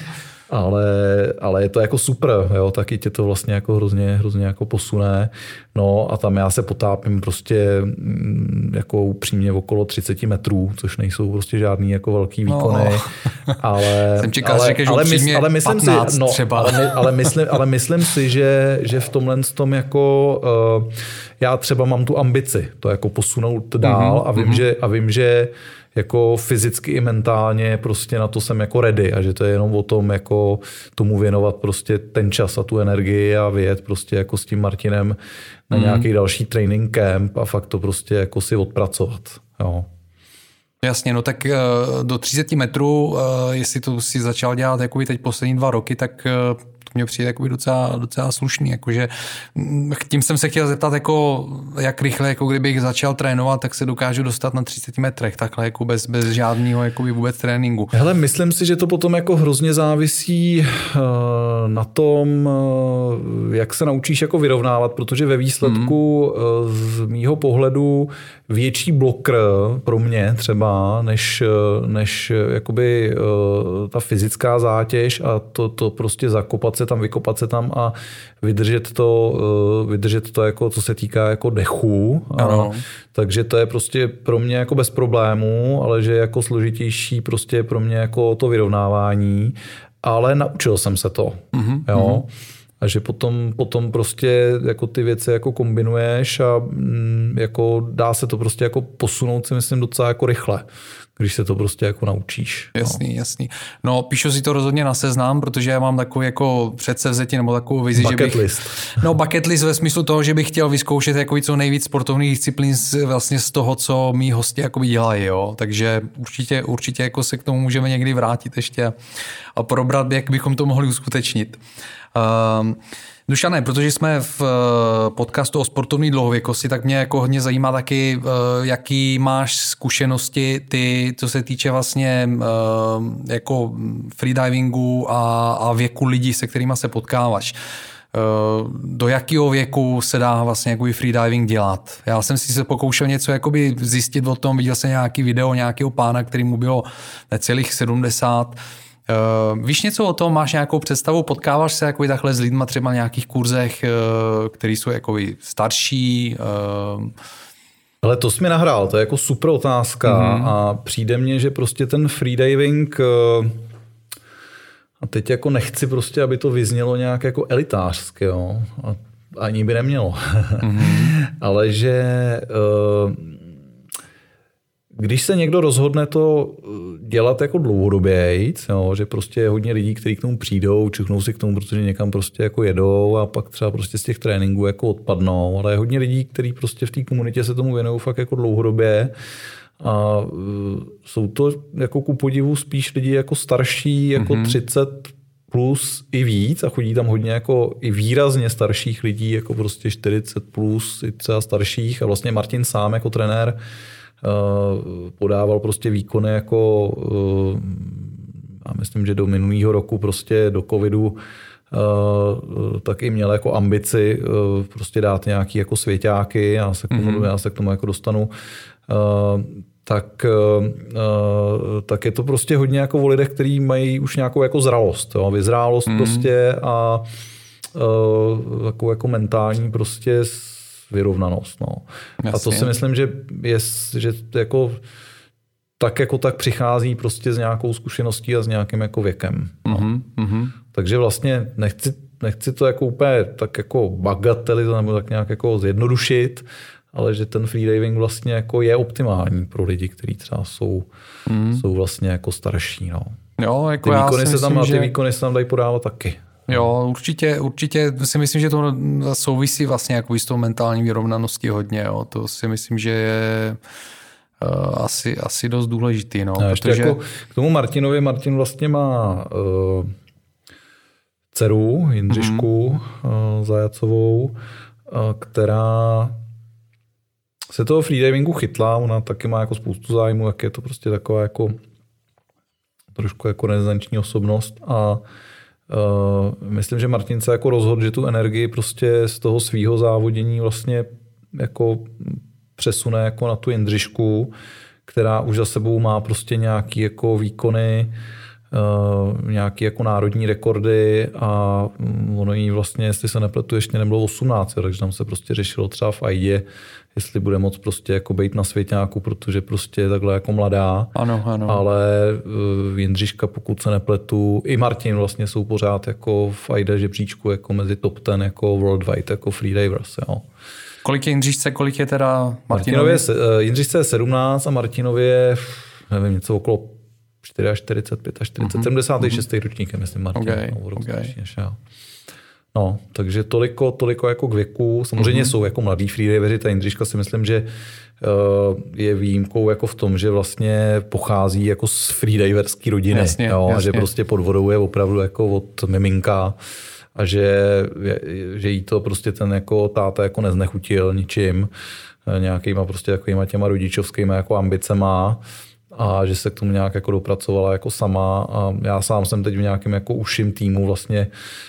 Ale je to jako super, jo, taky tě to vlastně jako hrozně jako posune. No a tam já se potápím prostě jako upřímně okolo 30 metrů, což nejsou prostě žádný jako velký výkony. Ale jsem čekal, že řekneš upřímně 15 třeba. Ale myslím si, že v tomhle tom jako já třeba mám tu ambici to jako posunout dál a vím, že jako fyzicky i mentálně prostě na to jsem jako ready a že to je jenom o tom jako tomu věnovat prostě ten čas a tu energii a vyjet prostě jako s tím Martinem na nějaký další training camp a fakt to prostě jako si odpracovat. Jo. Jasně, no tak do 30 metrů, jestli to si začal dělat jakoby teď poslední 2 roky, tak to mě přijde jakoby docela slušný. Jakože, tím jsem se chtěl zeptat, jako, jak rychle, jako kdybych začal trénovat, tak se dokážu dostat na 30 metrech, takhle jako bez žádného jakoby vůbec tréninku. Hele, myslím si, že to potom jako hrozně závisí na tom, jak se naučíš jako vyrovnávat, protože ve výsledku z mýho pohledu větší blokr pro mě třeba, než jakoby ta fyzická zátěž a to prostě zakopat se tam, vykopat se tam a vydržet to jako, co se týká jako dechu. Takže to je prostě pro mě jako bez problémů, ale že jako složitější prostě pro mě jako to vyrovnávání, ale naučil jsem se to. Jo. a že potom prostě jako ty věci jako kombinuješ a jako dá se to prostě jako posunout si myslím docela jako rychle, když se to prostě jako naučíš. Jasný. No, píšu si to rozhodně na seznam, protože já mám takový jako předsevzetí nebo takovou vizi, bucket list. No, bucket list ve smyslu toho, že bych chtěl vyzkoušet jako co nejvíc sportovních disciplín vlastně z toho, co mý hosti jakoby dělají, jo. Takže určitě jako se k tomu můžeme někdy vrátit ještě a probrat, jak bychom to mohli uskutečnit. Dušane, protože jsme v podcastu o sportovní dlouhověkosti, tak mě jako hodně zajímá taky, jaký máš zkušenosti ty, co se týče vlastně jako freedivingu a věku lidí, se kterými se potkáváš. Do jakého věku se dá vlastně jako freediving dělat? Já jsem si se pokoušel něco jakoby zjistit o tom, viděl jsem nějaký video nějakého pána, který mu bylo necelých 70. Víš něco o tom, máš nějakou představu, potkáváš se jako takhle s lidma třeba na nějakých kurzech, který jsou jako starší? Ale to jsi mi nahrál, to je jako super otázka a přijde mně, že prostě ten freediving, a teď jako nechci prostě, aby to vyznělo nějak jako elitářsky, jo, a ani by nemělo, ale že když se někdo rozhodne to dělat jako dlouhodobějc, že prostě je hodně lidí, kteří k tomu přijdou, čuchnou si k tomu, protože někam prostě jako jedou a pak třeba prostě z těch tréninků jako odpadnou, ale je hodně lidí, kteří prostě v té komunitě se tomu věnují fakt jako dlouhodobě a jsou to jako ku podivu spíš lidi jako starší, jako 30 plus i víc a chodí tam hodně jako i výrazně starších lidí, jako prostě 40 plus i třeba starších a vlastně Martin sám jako trenér podával prostě výkony jako a myslím, že do minulého roku prostě do covidu tak i měl jako ambici prostě dát nějaký jako svěťáky, já se k tomu jako dostanu, tak je to prostě hodně jako o lidech, kteří mají už nějakou jako zralost, vyzrálost prostě a takovou jako mentální prostě vyrovnanost. No. A to si myslím, že jako tak přichází prostě s nějakou zkušeností a s nějakým jako věkem. No. Takže vlastně nechci to jako úplně tak jako bagatelizovat nebo tak nějak jako zjednodušit, ale že ten freediving vlastně jako je optimální pro lidi, kteří třeba jsou vlastně jako starší. No. Jo, jako ty výkony se tam dají podávat taky. Jo, určitě si myslím, že to souvisí vlastně jako s tou mentální vyrovnaností hodně. Jo. To si myslím, že je asi dost důležitý. No, protože jako k tomu Martinovi, Martin vlastně má dceru Jindřišku Zajacovou, která se toho freedivingu chytla. Ona taky má jako spoustu zájmu, jak je to prostě taková jako trošku jako renesanční osobnost a myslím, že Martin se jako rozhodl, že tu energii prostě z toho svýho závodění vlastně jako přesune jako na tu Jindřišku, která už za sebou má prostě nějaký jako výkony, nějaký jako národní rekordy a ono jí vlastně, jestli se nepletu, ještě nebylo 18, takže tam se prostě řešilo třeba v Aidě, jestli bude moc prostě jako být na svěťáku, protože prostě je takhle jako mladá. Ano. Ale Jindřiška, pokud se nepletu, i Martin vlastně jsou pořád jako v Aida žebříčku jako mezi top 10 jako worldwide jako freedivers. Jo. Kolik je Jindřišce, kolik je teda Martinovi? Jindřišce je 17 a Martinovi je, nevím, něco okolo 44, 45, 76. ročníkem, myslím, Martin. Okay. No, takže toliko jako k věku. Samozřejmě jsou jako mladí freediveri, ta Jindřiška si myslím, že je výjimkou jako v tom, že vlastně pochází jako z freediverské rodiny. Jasně. A že prostě pod vodou je opravdu jako od miminka a že jí to prostě ten jako táta jako neznechutil ničím, nějakýma prostě takovýma těma rodičovskýma jako ambicema a že se k tomu nějak jako dopracovala jako sama a já sám jsem teď v nějakém jako užším týmu vlastně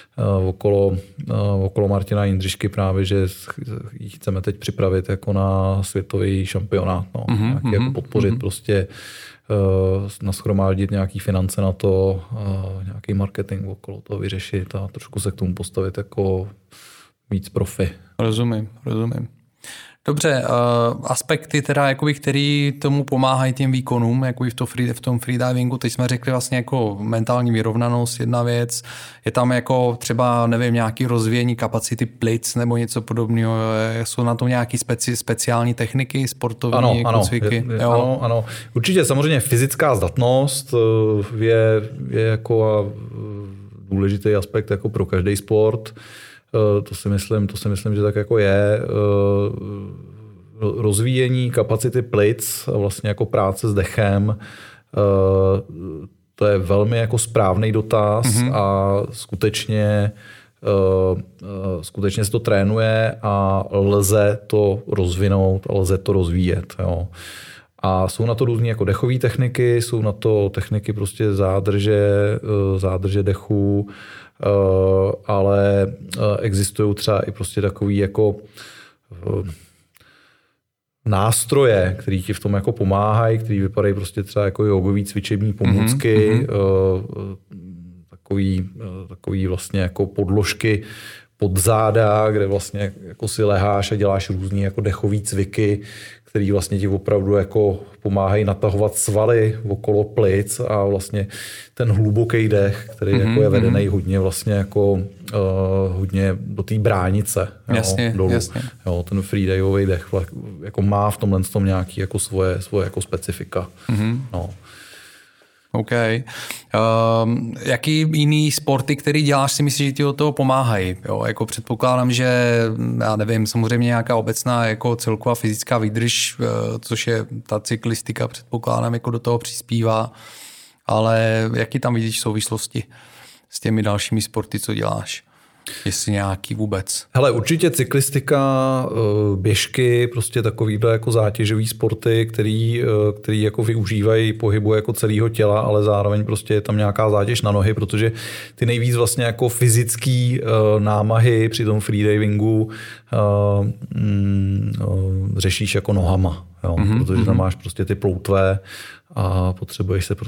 okolo Martina Jindřišky právě, že ji chceme teď připravit jako na světový šampionát, jako podpořit prostě nashromáždit nějaký finance na to, nějaký marketing okolo toho vyřešit a trošku se k tomu postavit jako víc profi. Rozumím. Dobře, aspekty teda, jakoby, který tomu pomáhají těm výkonům, jakoby v tom freedivingu, teď jsme řekli vlastně jako mentální vyrovnanost, jedna věc, je tam jako třeba, nevím, nějaký rozvíjení kapacity plic nebo něco podobného, jsou na to nějaký speciální techniky, sportovní cviky? Ano. Určitě samozřejmě fyzická zdatnost je jako důležitý aspekt jako pro každý sport. To si myslím, že tak jako je. Rozvíjení kapacity plic a vlastně jako práce s dechem, to je velmi jako správný dotaz a skutečně se to trénuje a lze to rozvinout a lze to rozvíjet. Jo. A jsou na to různé jako dechové techniky, jsou na to techniky prostě zádrže dechu, ale existují třeba i prostě takový jako nástroje, které ti v tom jako pomáhají, které vypadají prostě třeba jako jogový cvičební pomůcky, takový vlastně jako podložky pod záda, kde vlastně jako si leháš a děláš různý jako dechový cviky, který vlastně ti opravdu jako pomáhají natahovat svaly okolo plic a vlastně ten hluboký dech, který jako je vedený hodně vlastně jako hodně do té bránice. Jasně, dolů. Jasně. Jo, ten freedivový dech jako má v tomhle tom nějaký jako svoje jako specifika. No. OK. Jaký jiný sporty, který děláš, si myslíš, že ti od toho pomáhají? Jo, jako předpokládám, že já nevím, samozřejmě nějaká obecná jako celková fyzická výdrž, což je ta cyklistika, předpokládám, jako do toho přispívá, ale jaký tam vidíš souvislosti s těmi dalšími sporty, co děláš? Jestli nějaký vůbec. Hele, určitě cyklistika, běžky, prostě takovýhle jako zátěžový sporty, který jako využívají pohybu jako celého těla, ale zároveň prostě je tam nějaká zátěž na nohy, protože ty nejvíc vlastně jako fyzický námahy při tom freedivingu řešíš jako nohama, jo? Protože tam máš prostě ty ploutve a potřebuješ se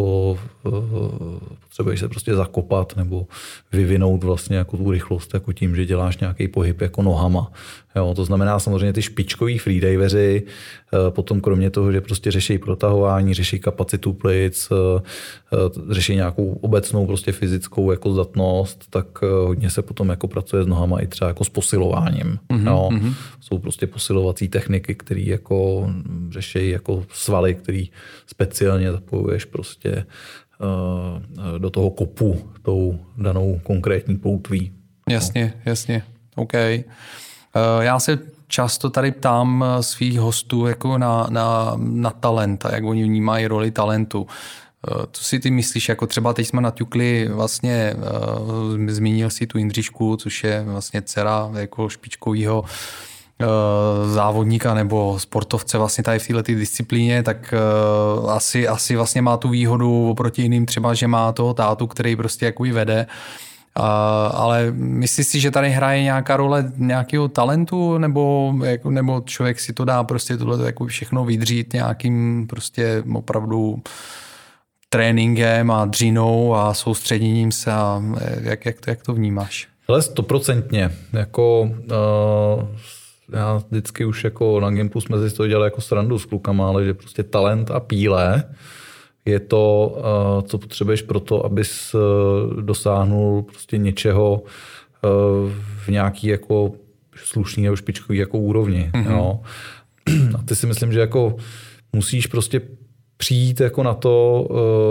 prostě zakopat nebo vyvinout vlastně jako tu rychlost jako tím, že děláš nějaký pohyb jako nohama. Jo, to znamená samozřejmě ty špičkoví freediveři, potom kromě toho, že prostě řeší protahování, řeší kapacitu plic, řeší nějakou obecnou prostě fyzickou jako zdatnost, tak hodně se potom jako pracuje s nohama i třeba jako s posilováním. Jo. Jsou prostě posilovací techniky, které jako řeší jako svaly, který speciálně zapojuješ prostě do toho kopu tou danou konkrétní ploutví. Jasně. OK. Já se často tady ptám svých hostů jako na talent a jak oni vnímají roli talentu. Co si ty myslíš, jako třeba teď jsme naťukli vlastně, zmínil si tu Jindřišku, což je vlastně dcera jako špičkovýho závodníka nebo sportovce vlastně tady v této disciplíně, tak asi vlastně má tu výhodu oproti jiným třeba, že má toho tátu, který prostě jako ji vede. Ale myslíš si, že tady hraje nějaká role nějakého talentu nebo člověk si to dá prostě tohle jako všechno vydřít nějakým prostě opravdu tréninkem a dřinou a soustředěním se a jak to vnímáš? Ale 100%. Jako já vždycky už jako na Gimpu jsme si to dělali jako srandu s klukama, ale že prostě talent a píle je to, co potřebuješ pro to, abys dosáhnul prostě něčeho v nějaký jako slušný nebo špičkový jako úrovni. Jo. A ty si myslím, že jako musíš prostě přijít jako na to,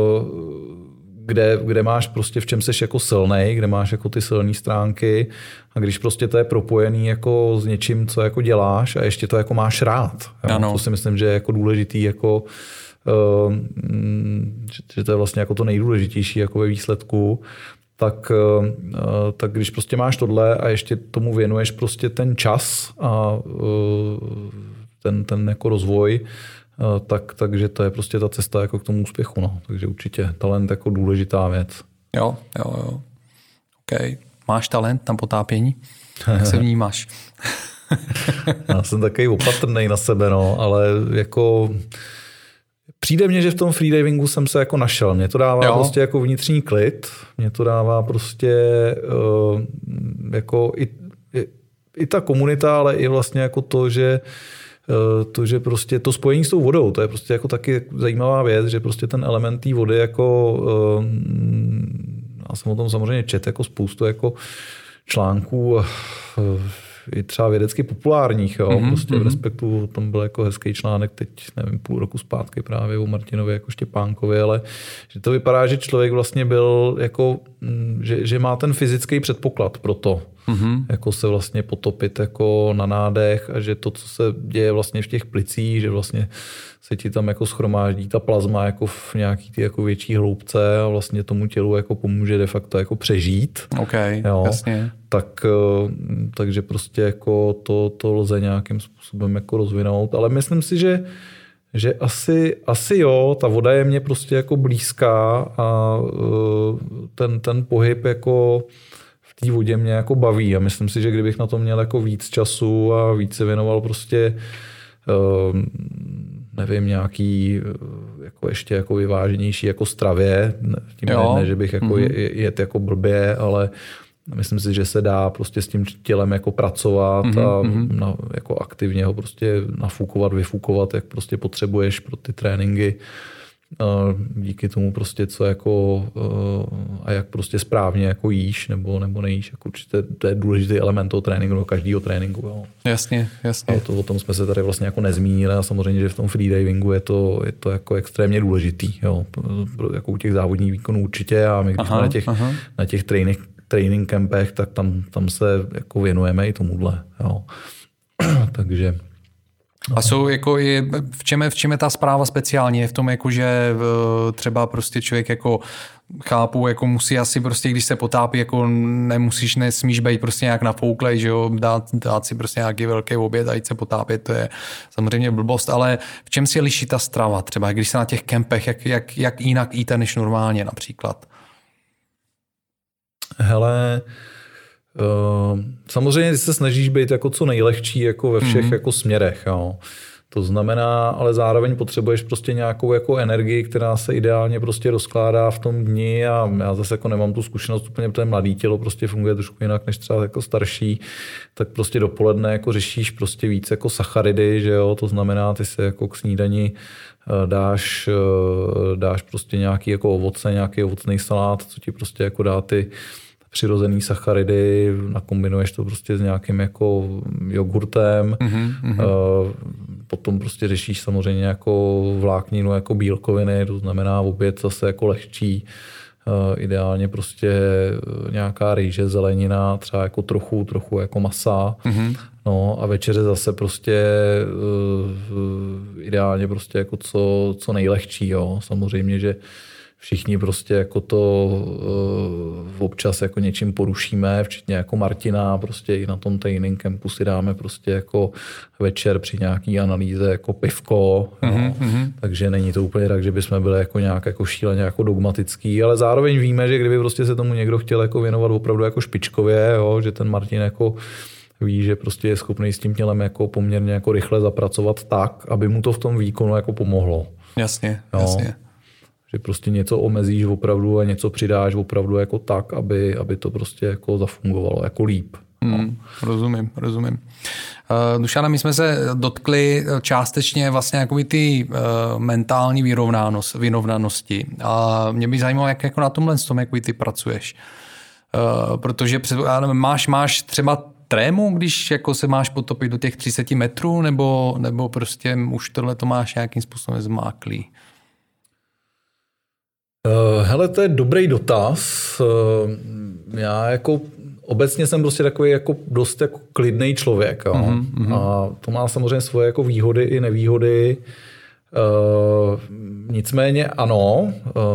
kde máš prostě, v čem seš jako silnej, kde máš jako ty silné stránky a když prostě to je propojený jako s něčím, co jako děláš a ještě to jako máš rád. To si myslím, že je jako důležitý jako že to je vlastně jako to nejdůležitější jako ve výsledku, tak když prostě máš tohle a ještě tomu věnuješ prostě ten čas a ten jako rozvoj, takže to je prostě ta cesta jako k tomu úspěchu. No. Takže určitě talent jako důležitá věc. Jo. OK. Máš talent na potápění? Jak se vnímáš? Já jsem takový opatrnej na sebe, no, ale jako přijde mně, že v tom freedivingu jsem se jako našel. Mě to dává prostě jako vnitřní klid. Mě to dává prostě jako i ta komunita, ale i vlastně jako to, že prostě to spojení s tou vodou, to je prostě jako taky zajímavá věc, že prostě ten element té vody jako já jsem o tom samozřejmě četl jako spoustu jako článků i třeba vědecky populárních, jo? Prostě v Respektu tam byl jako hezký článek teď, nevím, půl roku zpátky právě o Martinovi jako Štěpánkovi, ale že to vypadá, že člověk vlastně byl jako, že má ten fyzický předpoklad pro to, jako se vlastně potopit jako na nádech a že to, co se děje vlastně v těch plicích, že vlastně se ti tam jako schromáždí ta plazma jako v nějaký ty jako větší hloubce a vlastně tomu tělu jako pomůže de facto jako přežít. Okay, jo. Jasně. Takže prostě jako to lze nějakým způsobem jako rozvinout, ale myslím si, že asi jo, ta voda je mně prostě jako blízká a ten pohyb jako v té vodě mě jako baví a myslím si, že kdybych na to měl jako víc času a víc se věnoval prostě nevím, nějaký jako ještě jako vyváženější jako stravě, tím ne, že bych jako jet jako blbě, ale myslím si, že se dá prostě s tím tělem jako pracovat a jako aktivně ho prostě nafukovat, vyfukovat, jak prostě potřebuješ pro ty tréninky. Díky tomu prostě co jako a jak prostě správně jako jíš nebo nejíš, jako určitě to je důležitý element toho tréninku, nebo každého tréninku. Jo. Jasně. O tom jsme se tady vlastně jako nezmínili a samozřejmě, že v tom freedivingu je to jako extrémně důležitý. Jo. Jako u těch závodních výkonů určitě a my když jsme na těch training campech, tak tam se jako věnujeme i tomuhle. Jo. Takže a jsou jako v čem je ta zpráva speciální? Je v tom jako, že třeba prostě člověk jako chápu, jako musí asi prostě, když se potápí, jako nesmíš být prostě nějak nafouklej, že jo, dát si prostě nějaký velký oběd a jít se potápět, to je samozřejmě blbost, ale v čem se liší ta strava třeba, když se na těch kempech, jak jinak jíte než normálně například? Hele, samozřejmě se snažíš být jako co nejlehčí jako ve všech jako směrech. Jo. To znamená, ale zároveň potřebuješ prostě nějakou jako energii, která se ideálně prostě rozkládá v tom dni a já zase jako nemám tu zkušenost úplně, protože mladý tělo prostě funguje trošku jinak než třeba jako starší, tak prostě dopoledne jako řešíš prostě víc jako sacharidy, že jo, to znamená, ty se jako k snídani dáš prostě nějaký jako ovoce, nějaký ovocný salát, co ti prostě jako dá ty přirozený sacharidy, nakombinuješ to prostě s nějakým jako jogurtem, potom prostě řešíš samozřejmě jako vlákninu, jako bílkoviny, to znamená oběd zase jako lehčí, ideálně prostě nějaká rýže, zelenina, třeba jako trochu jako masa, no a večeře zase prostě ideálně prostě jako co nejlehčí, jo, samozřejmě, že všichni prostě jako to občas jako něčím porušíme, včetně jako Martina, prostě i na tom training campu si dáme prostě jako večer při nějaký analýze jako pivko, takže není to úplně tak, že bychom byli jako nějak jako šíleně jako dogmatický, ale zároveň víme, že kdyby prostě se tomu někdo chtěl jako věnovat opravdu jako špičkově, jo, že ten Martin jako ví, že prostě je schopný s tím tělem jako poměrně jako rychle zapracovat tak, aby mu to v tom výkonu jako pomohlo. Jasně. Že prostě něco omezíš opravdu a něco přidáš opravdu jako tak, aby to prostě jako zafungovalo jako líp. Rozumím. Dušane, my jsme se dotkli částečně vlastně jako ty mentální vyrovnanosti a mě by zajímalo, jak jako na tomhle tom jako ty pracuješ. Protože máš třeba trému, když jako se máš potopit do těch 30 metrů, nebo prostě už tohle to máš nějakým způsobem zmáklý? Hele, to je dobrý dotaz. Já jako obecně jsem prostě takový jako dost jako klidný člověk. Jo? A to má samozřejmě svoje jako výhody i nevýhody. Nicméně ano,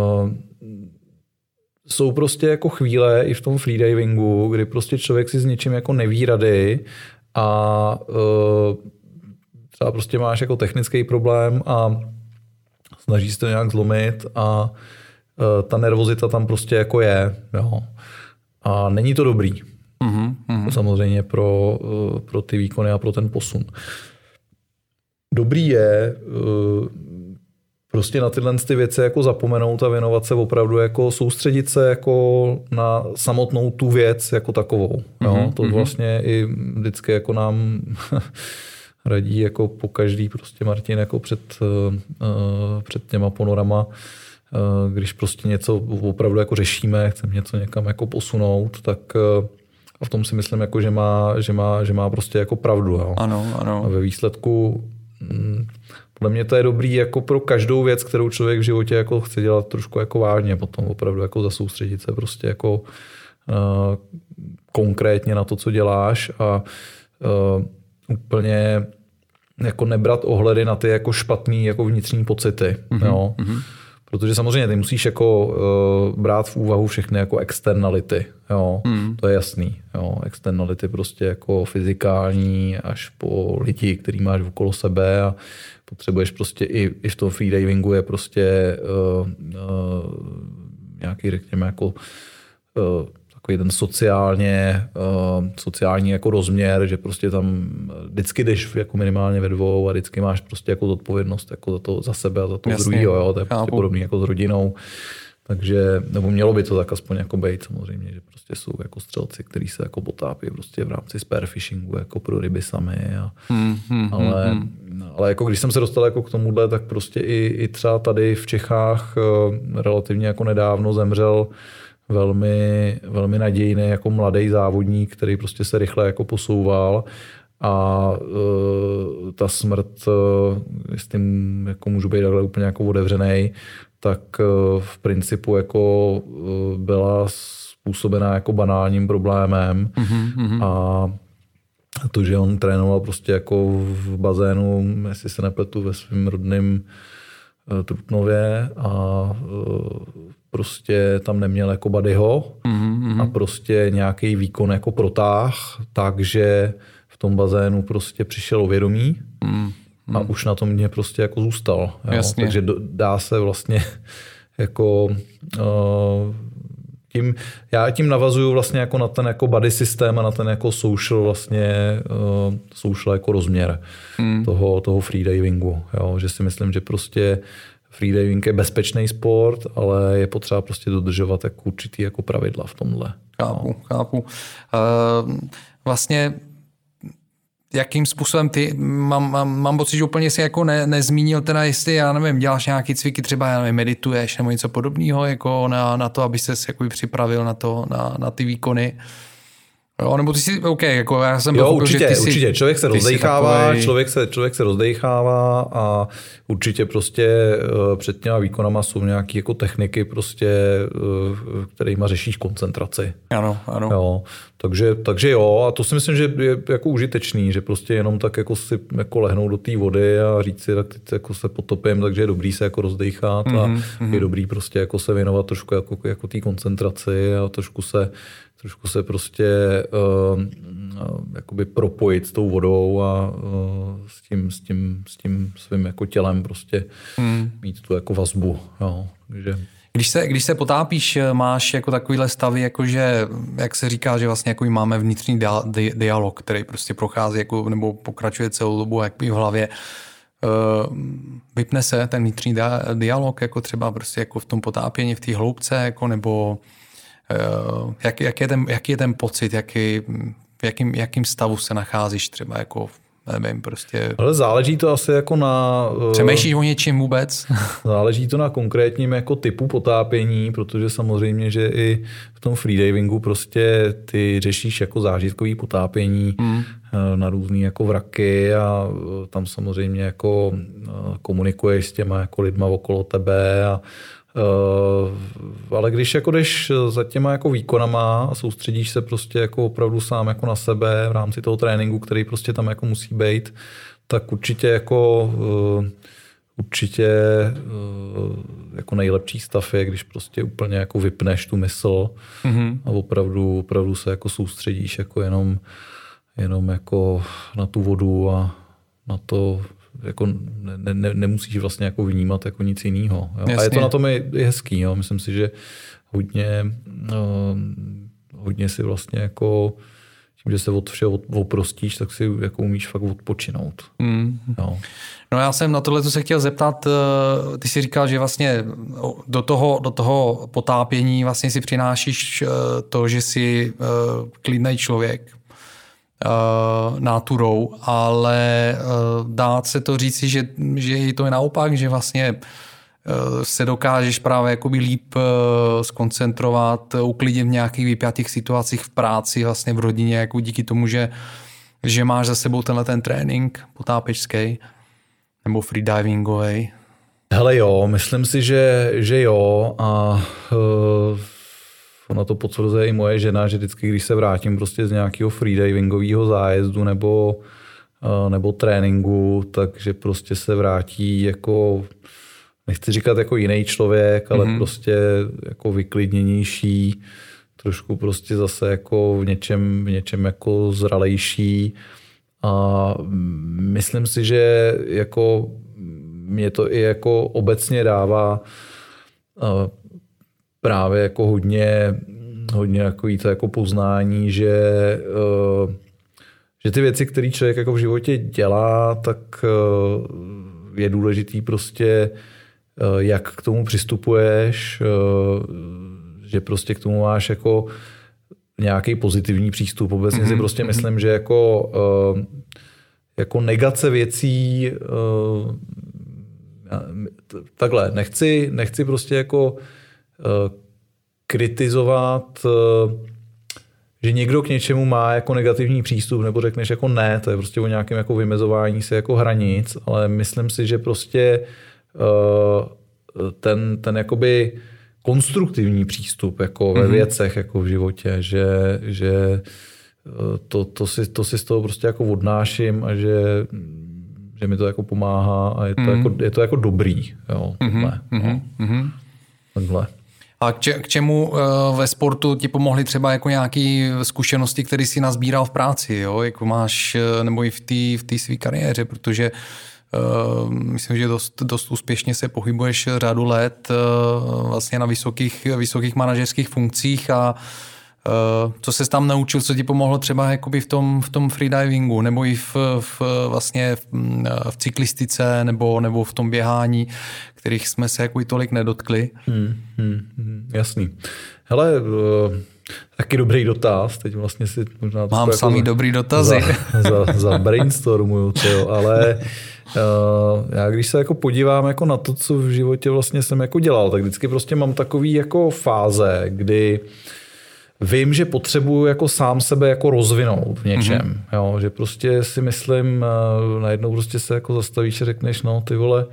jsou prostě jako chvíle i v tom freedivingu, kdy prostě člověk si s něčím jako neví rady a třeba prostě máš jako technický problém a snažíš se to nějak zlomit a ta nervozita tam prostě jako je. Jo. A není to dobrý. Samozřejmě pro ty výkony a pro ten posun. Dobrý je prostě na tyhle ty věci jako zapomenout a věnovat se opravdu jako soustředit se jako na samotnou tu věc jako takovou. Jo? To vlastně i vždycky jako nám radí jako po každý prostě Martin jako před těma ponorama, když prostě něco opravdu jako řešíme, chceme něco někam jako posunout, tak a v tom si myslím, jako, že má prostě jako pravdu. Jo? Ano. A ve výsledku podle mě to je dobrý jako pro každou věc, kterou člověk v životě jako chce dělat trošku jako vážně, potom opravdu jako zasoustředit se prostě jako konkrétně na to, co děláš a úplně jako nebrat ohledy na ty jako špatný jako vnitřní pocity. Jo? Protože samozřejmě ty musíš jako brát v úvahu všechny jako externality. Jo? To je jasný. Jo? Externality prostě jako fyzikální až po lidi, který máš okolo sebe a potřebuješ prostě i v tom freedivingu je prostě nějaký, řekněme, jako takový ten sociální jako rozměr, že prostě tam vždycky jdeš jako minimálně ve dvou a vždycky máš prostě jako zodpovědnost jako za sebe a za toho druhýho, jo, to je prostě podobný jako s rodinou. Takže, nebo mělo by to tak aspoň jako být samozřejmě, že prostě jsou jako střelci, kteří se jako potápí prostě v rámci spearfishingu jako pro ryby sami. Ale jako když jsem se dostal jako k tomuhle, tak prostě i třeba tady v Čechách relativně jako nedávno zemřel velmi nadějný jako mladý závodník, který prostě se rychle jako posouval a ta smrt, s tím jako můžu být takhle úplně jako otevřenej, tak v principu jako byla způsobená jako banálním problémem a to, že on trénoval prostě jako v bazénu, jestli se nepletu, ve svém rodném Trutnově a prostě tam neměl jako bodyho a prostě nějaký výkon jako protáh, takže v tom bazénu prostě přišel o vědomí a už na tom mě prostě jako zůstal. Takže dá se vlastně jako tím navazuju vlastně jako na ten jako body systém a na ten jako social vlastně social jako rozměr toho freedivingu. Jo? Že si myslím, že prostě freediving je bezpečný sport, ale je potřeba prostě dodržovat jako určitý jako pravidla v tomhle. Chápu. Vlastně jakým způsobem ty, mám pocit, že úplně si jako nezmínil teda, jestli, já nevím, děláš nějaký cviky, třeba, já nevím, medituješ nebo něco podobného, jako na to, aby ses jako připravil na ty výkony. Jo, nebo ty si, OK, jako já jsem pochopil, určitě, že ty si... Určitě, člověk se rozdejchává, člověk se rozdejchává a určitě prostě před těma výkonama jsou nějaké jako techniky prostě, kterýma řešíš koncentraci. Ano. Jo, takže jo, a to si myslím, že je jako užitečný, že prostě jenom tak jako si jako lehnout do té vody a říct si, tak teď jako se potopím, takže je dobrý se jako rozdejchat a je dobrý prostě jako se věnovat trošku jako té koncentraci a trošku se prostě jakoby propojit s tou vodou a s tím svým jako tělem prostě mít tu jako vazbu. Jo. Takže... Když se potápíš, máš jako takovýhle stavy, jakože, jak se říká, že vlastně jako máme vnitřní dialog, který prostě prochází jako, nebo pokračuje celou dobu jak v hlavě. Vypne se ten vnitřní dialog, jako třeba prostě jako v tom potápění, v té hloubce, jako, nebo jaký je ten pocit, v jakým stavu se nacházíš třeba jako, nevím, prostě... Ale záleží to asi jako na... Přemýšlíš o něčím vůbec? Záleží to na konkrétním jako typu potápění, protože samozřejmě, že i v tom freedivingu prostě ty řešíš jako zážitkový potápění na různý jako vraky a tam samozřejmě jako komunikuješ s těma jako lidma okolo tebe ale když jako jdeš za těma jako výkonama a soustředíš se prostě jako opravdu sám jako na sebe v rámci toho tréninku, který prostě tam jako musí být, tak určitě jako nejlepší stav je, když prostě úplně jako vypneš tu mysl a opravdu se jako soustředíš jako jenom jako na tu vodu a na to jako nemusíš vlastně jako vnímat jako nic jiného. A je to na tom i hezký. Jo. Myslím si, že hodně si vlastně jako tím, že se od všeho oprostíš, tak si jako umíš fakt odpočinout. Jo. No já jsem na tohle se chtěl zeptat, ty jsi říkal, že vlastně do toho potápění vlastně si přinášíš to, že jsi klidný člověk náturou, ale dá se to říci, že to je naopak, že vlastně se dokážeš právě jakoby líp skoncentrovat, uklidit v nějakých vypjatých situacích v práci, vlastně v rodině, jako díky tomu, že máš za sebou tenhle ten trénink potápěčský nebo freedivingový. Hele jo, myslím si, že jo a ona to potvrzuje i moje žena, že vždycky, když se vrátím prostě z nějakého freedivingového zájezdu nebo tréninku, takže prostě se vrátí jako, nechci říkat jako jiný člověk, ale prostě jako vyklidněnější, trošku prostě zase jako v něčem jako zralejší. A myslím si, že jako mě to i jako obecně dává právě jako hodně jako to jako poznání, že ty věci, které člověk jako v životě dělá, tak je důležitý prostě, jak k tomu přistupuješ, že prostě k tomu máš jako nějaký pozitivní přístup. Obecně si prostě myslím, že jako negace věcí takhle, nechci prostě jako kritizovat, že někdo k něčemu má jako negativní přístup, nebo řekneš jako ne, to je prostě o nějakém jako vymezování se jako hranic, ale myslím si, že prostě ten jakoby konstruktivní přístup jako ve věcech jako v životě, že to si z toho prostě jako odnáším a že mi to jako pomáhá a je to jako dobrý. Jo, takhle. A k čemu ve sportu ti pomohly třeba jako nějaké zkušenosti, které jsi nazbíral v práci, jo? Jako máš, nebo i v té své kariéře, protože myslím, že dost úspěšně se pohybuješ řadu let vlastně na vysokých manažerských funkcích a co ses tam naučil, co ti pomohlo třeba jakoby v tom freedivingu nebo i vlastně v cyklistice nebo v tom běhání, kterých jsme se jako i tolik nedotkli. Jasný. Hele, taky dobrý dotaz. Teď vlastně si možná mám jako samý dobrý dotazy. Za brainstormuju, ale já když se jako podívám jako na to, co v životě vlastně jsem jako dělal, tak vždycky prostě mám takový jako fáze, kdy vím, že potřebuju jako sám sebe jako rozvinout v něčem. Jo, že prostě si myslím, najednou prostě se jako zastavíš a řekneš, no ty vole,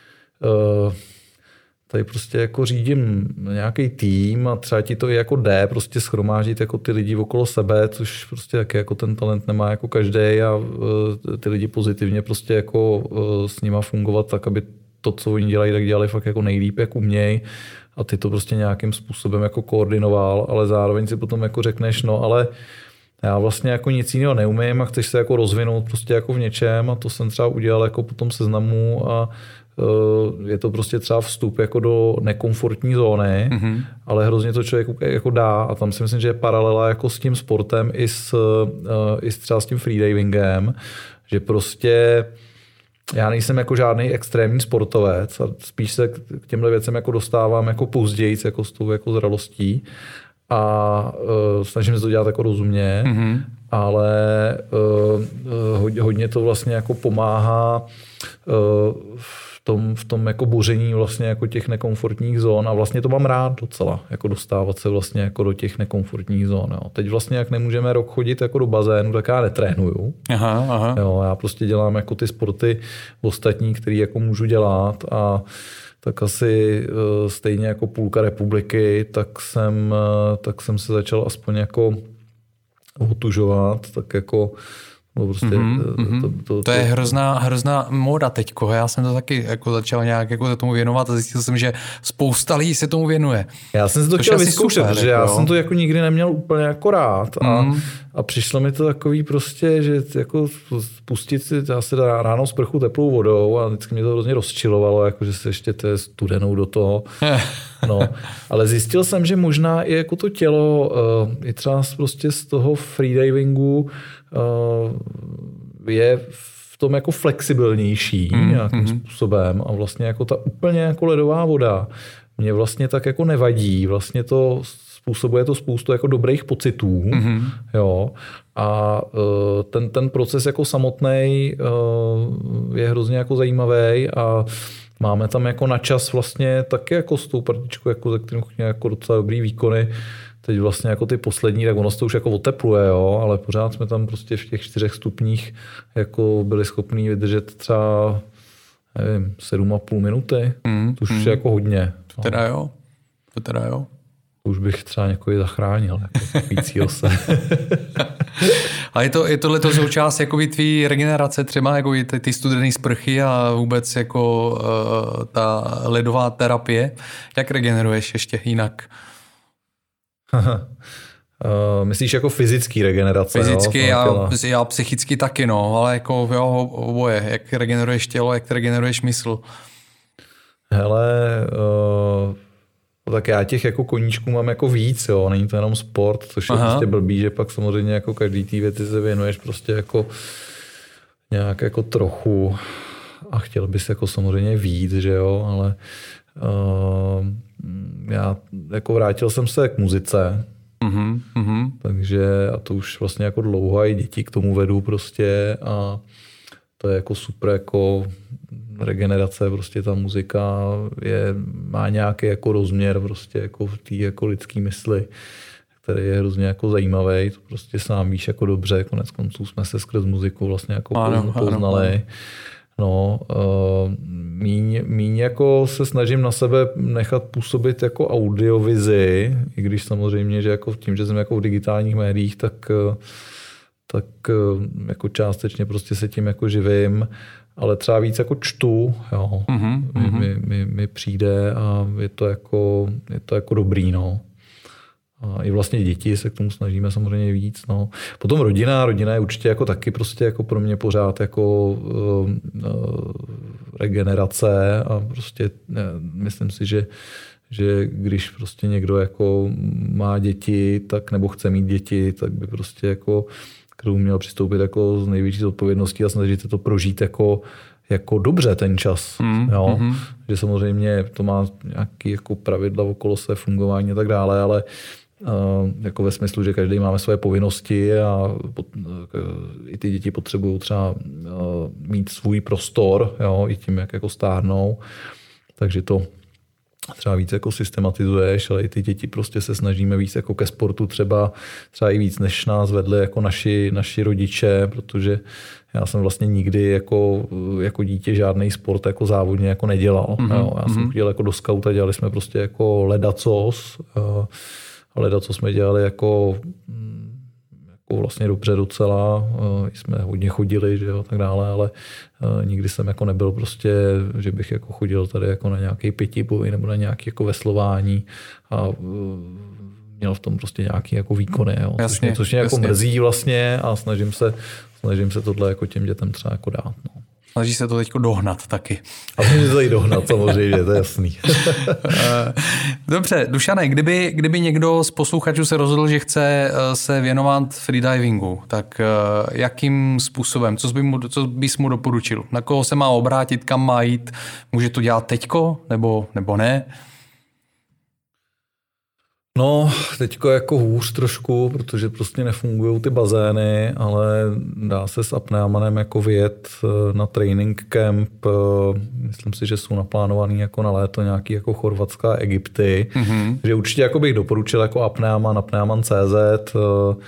tady prostě jako řídím nějaký tým a třeba ti to i jako jde prostě shromáždit jako ty lidi okolo sebe, což prostě taky jako ten talent nemá jako každý a ty lidi pozitivně prostě jako s nima fungovat tak, aby to, co oni dělají, tak dělali fakt jako nejlíp, jak umějí a ty to prostě nějakým způsobem jako koordinoval, ale zároveň si potom jako řekneš, no ale já vlastně jako nic jiného neumím a chceš se jako rozvinout prostě jako v něčem a to jsem třeba udělal jako po tom seznamu a je to prostě třeba vstup jako do nekomfortní zóny, ale hrozně to člověk jako dá a tam si myslím, že je paralela jako s tím sportem i třeba s tím freedivingem, že prostě já nejsem jako žádný extrémní sportovec a spíš se k těmhle věcem jako dostávám jako později jako s tou jako zralostí a snažím se to dělat jako rozumně, ale hodně to vlastně jako pomáhá v tom jako boření vlastně jako těch nekomfortních zón a vlastně to mám rád docela, jako dostávat se vlastně jako do těch nekomfortních zón. Jo. Teď vlastně jak nemůžeme rok chodit jako do bazénu, tak já netrénuju. Aha. Jo, já prostě dělám jako ty sporty ostatní, které jako můžu dělat a tak asi stejně jako půlka republiky, tak jsem se začal aspoň jako otužovat, tak jako Prostě, to je hrozná móda teďko. Já jsem to taky jako začal nějak jako tomu věnovat a zjistil jsem, že spousta lidí se tomu věnuje. Já jsem si to chtěl vyzkoušet, protože já jsem to jako nikdy neměl úplně jako rád a přišlo mi to takový prostě, že jako pustit si, já si ráno sprchu teplou vodou a vždycky mě to hrozně rozčilovalo, jako že se ještě té studenou do toho. No, ale zjistil jsem, že možná i jako to tělo, i třeba prostě z toho freedivingu je v tom jako flexibilnější nějakým způsobem a vlastně jako ta úplně jako ledová voda mě vlastně tak jako nevadí. Vlastně to způsobuje to spoustu jako dobrých pocitů. Jo. A ten proces jako samotnej je hrozně jako zajímavý a máme tam jako na čas vlastně taky jako s tou partičkou, jako ze kterým jako docela dobrý výkony. Teď vlastně jako ty poslední, tak ono se to už jako otepluje, jo, ale pořád jsme tam prostě v těch 4 stupních jako byli schopní vydržet třeba, nevím, 7,5 minuty. To už je jako hodně. To teda jo. Už bych třeba někoho zachránil, jako spícího se. A je tohleto součást jakoby tvý regenerace, třeba jako ty studené sprchy a vůbec jako ta ledová terapie. Jak regeneruješ ještě jinak? Myslíš jako fyzický regenerace? Fyzicky, já psychicky taky, no, ale jako jo, oboje. Jak regeneruješ tělo, jak regeneruješ mysl? Hele, tak já těch jako koníčků mám jako víc, jo, není to jenom sport, což je prostě blbý, že pak samozřejmě jako každý té věci se věnuješ prostě jako nějak jako trochu a chtěl bys jako samozřejmě víc, že jo, ale já jako vrátil jsem se k muzice, takže a to už vlastně jako dlouho a i děti k tomu vedu prostě a to je jako super jako regenerace, prostě ta muzika má nějaký jako rozměr prostě jako v té jako lidský mysli, který je hrozně jako zajímavý, to prostě sám víš jako dobře, konec konců jsme se skrz muziku vlastně jako poznali. Ano. No, míň jako se snažím na sebe nechat působit jako audiovizi, i když samozřejmě, že jako tím, že jsem jako v digitálních médiích, tak jako částečně prostě se tím jako živím, ale třeba víc jako čtu, jo. Mi přijde a je to jako dobrý, no. A i vlastně děti se k tomu snažíme samozřejmě víc, no. Potom rodina je určitě jako taky prostě jako pro mě pořád jako regenerace a prostě myslím si, že když prostě někdo jako má děti, tak nebo chce mít děti, tak by prostě jako k tomu měl přistoupit jako s největší odpovědností a snažit se to prožít jako dobře ten čas. Jo? Že samozřejmě to má nějaké jako pravidla okolo své fungování a tak dále, ale jako ve smyslu, že každý máme své povinnosti a i ty děti potřebují třeba mít svůj prostor, jo? I tím, jak jako stárnou. Takže to třeba víc jako systematizuješ, ale i ty děti prostě se snažíme víc jako ke sportu třeba i víc, než nás vedli jako naši rodiče, protože já jsem vlastně nikdy jako dítě žádný sport jako závodně jako nedělal. Jo. Já jsem chodil jako do skauta, dělali jsme prostě jako ledacos. Ledacos jsme dělali jako vlastně dobře docela, jsme hodně chodili, že jo, tak dále, ale nikdy jsem jako nebyl prostě, že bych jako chodil tady jako na nějaký pětiboj nebo na nějaké jako veslování a měl v tom prostě nějaký jako výkony, jo. Což mě jako mrzí vlastně a snažím se tohle jako těm dětem třeba jako dát, no. Snaží se to teďko dohnat taky. A snaží se to i dohnat, samozřejmě, to je jasný. Dobře, Dušane, kdyby někdo z posluchačů se rozhodl, že chce se věnovat freedivingu, tak jakým způsobem, co bys mu doporučil? Na koho se má obrátit, kam má jít? Může to dělat teďko, nebo ne? No, teďko jako hůř trošku, protože prostě nefungují ty bazény, ale dá se s apneamanem jako vyjet na training camp. Myslím si, že jsou naplánovaný jako na léto nějaký jako Chorvatska a Egypty. Takže určitě jako bych doporučil jako apneaman.cz,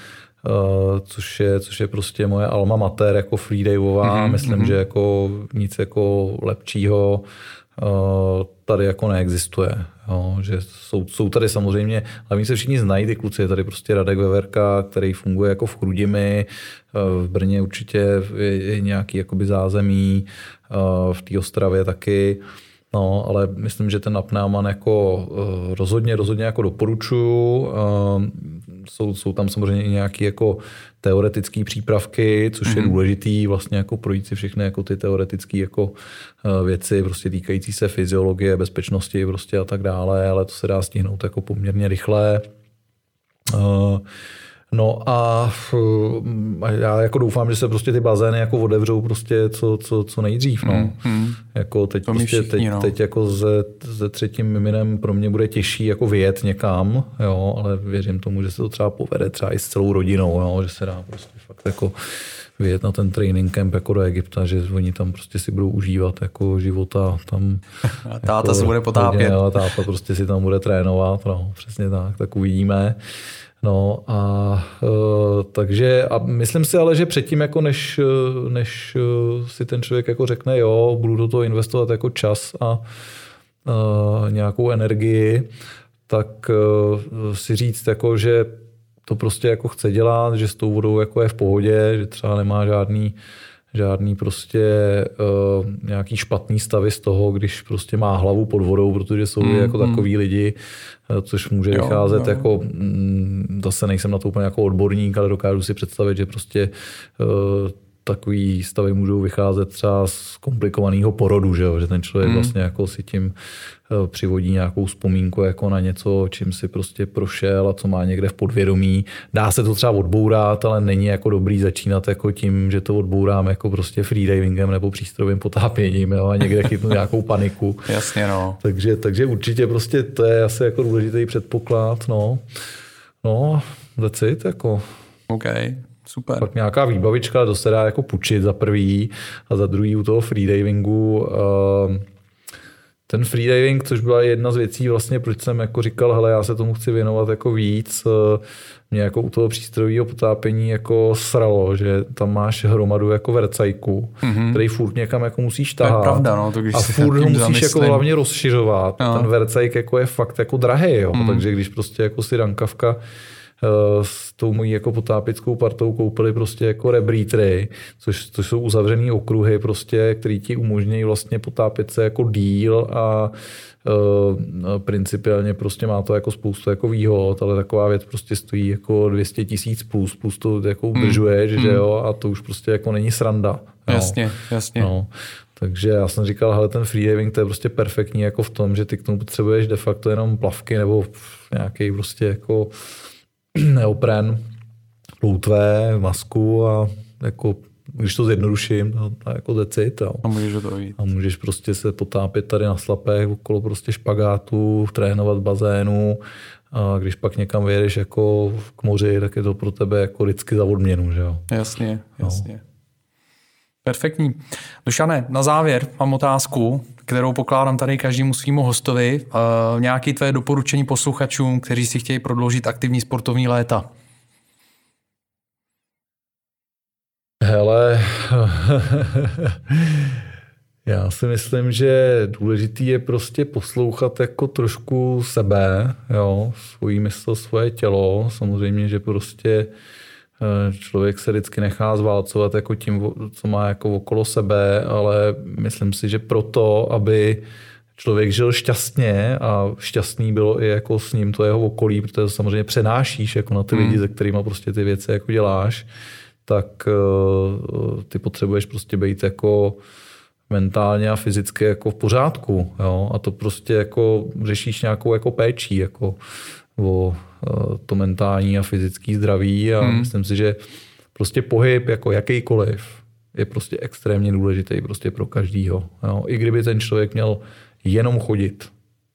což je prostě moje alma mater jako freedivová. Myslím, že jako nic jako lepšího tady jako neexistuje. Jo, že jsou tady samozřejmě, ale my se všichni znají, ty kluci, je tady prostě Radek Veverka, který funguje jako v Chrudimi, v Brně určitě je nějaký jakoby zázemí, v té Ostravě taky. No, ale myslím, že ten Apneaman jako rozhodně jako doporučuju. Jsou tam samozřejmě i nějaké jako teoretické přípravky, což je důležitý vlastně jako projít si všechny jako ty teoretické jako věci prostě týkající se fyziologie, bezpečnosti prostě a tak dále, ale to se dá stihnout jako poměrně rychle. No a já jako doufám, že se prostě ty bazény jako otevřou prostě co nejdřív. No. Jako teď, prostě, teď jako se třetím miminem pro mě bude těžší jako vyjet někam, jo, ale věřím tomu, že se to třeba povede třeba i s celou rodinou, jo, že se dá prostě fakt jako vyjet na ten training camp jako do Egypta, že oni tam prostě si budou užívat jako života tam. A táta jako, se bude potápět. Hodně, táta prostě si tam bude trénovat, no, přesně tak uvidíme. No a takže a myslím si ale, že předtím jako než si ten člověk jako řekne jo, budu do toho investovat jako čas a nějakou energii, tak si říct jako, že to prostě jako chce dělat, že s tou vodou jako je v pohodě, že třeba nemá žádný prostě nějaký špatný stavy z toho, když prostě má hlavu pod vodou, protože jsou jako takový lidi, což může vycházet jako, zase nejsem na to úplně jako odborník, ale dokážu si představit, že prostě takový stavy můžou vycházet třeba z komplikovaného porodu, že ten člověk vlastně jako si tím přivodí nějakou vzpomínku jako na něco, čím si prostě prošel a co má někde v podvědomí. Dá se to třeba odbourat, ale není jako dobrý začínat jako tím, že to odbourám jako prostě freedivingem nebo přístrojovým potápěním, jo, a někde chytnu nějakou paniku. Jasně, no. Takže určitě prostě to je asi jako důležitý předpoklad, no. No, that's it, jako. OK. Super. Pak nějaká výbavička, to se dá jako půjčit za prvý a za druhý u toho freedivingu. Ten freediving, což byla jedna z věcí vlastně, proč jsem jako říkal, hele, já se tomu chci věnovat jako víc, mě jako u toho přístrojového potápění jako sralo, že tam máš hromadu jako vercajku, který furt někam jako musíš tahat. To je pravda, no, to když a furt ho musíš jako hlavně rozšiřovat. No. Ten vercajk jako je fakt jako drahý, jo. Takže když prostě jako si Rankavka s tou mojí jako potápickou partou koupili prostě jako rebreathery, což jsou uzavřený okruhy prostě, který ti umožňují vlastně potápět se jako díl a principiálně prostě má to jako spoustu jako výhod, ale taková věc prostě stojí jako 200 000 plus to jako udržuješ, že jo, a to už prostě jako není sranda. Jasně. No. Takže já jsem říkal, hele, ten freediving to je prostě perfektní jako v tom, že ty k tomu potřebuješ de facto jenom plavky nebo nějaký prostě jako neopren, ploutve, masku a jako, když to zjednoduším, to jako decit. A můžeš to jít. A můžeš prostě se potápět tady na slapech, okolo prostě špagátu, trénovat v bazénu a když pak někam vyjedeš jako k moři, tak je to pro tebe jako vždycky za odměnu, že jo? Jasně. Perfektní. Dušane, na závěr mám otázku, kterou pokládám tady každému svýmu hostovi. Nějaké tvé doporučení posluchačům, kteří si chtějí prodloužit aktivní sportovní léta? Hele, já si myslím, že důležitý je prostě poslouchat jako trošku sebe, jo, svoji mysl, svoje tělo. Samozřejmě, že prostě člověk se vždycky nechá zválcovat jako tím, co má jako okolo sebe, ale myslím si, že proto, aby člověk žil šťastně a šťastný bylo i jako s ním to jeho okolí, protože to samozřejmě přenášíš jako na ty lidi, se kterými prostě ty věci jako děláš, tak ty potřebuješ prostě být jako mentálně a fyzicky jako v pořádku. Jo? A to prostě jako řešíš nějakou jako péčí jako o to mentální a fyzický zdraví a myslím si, že prostě pohyb jako jakýkoliv je prostě extrémně důležitý prostě pro každýho. Jo? I kdyby ten člověk měl jenom chodit,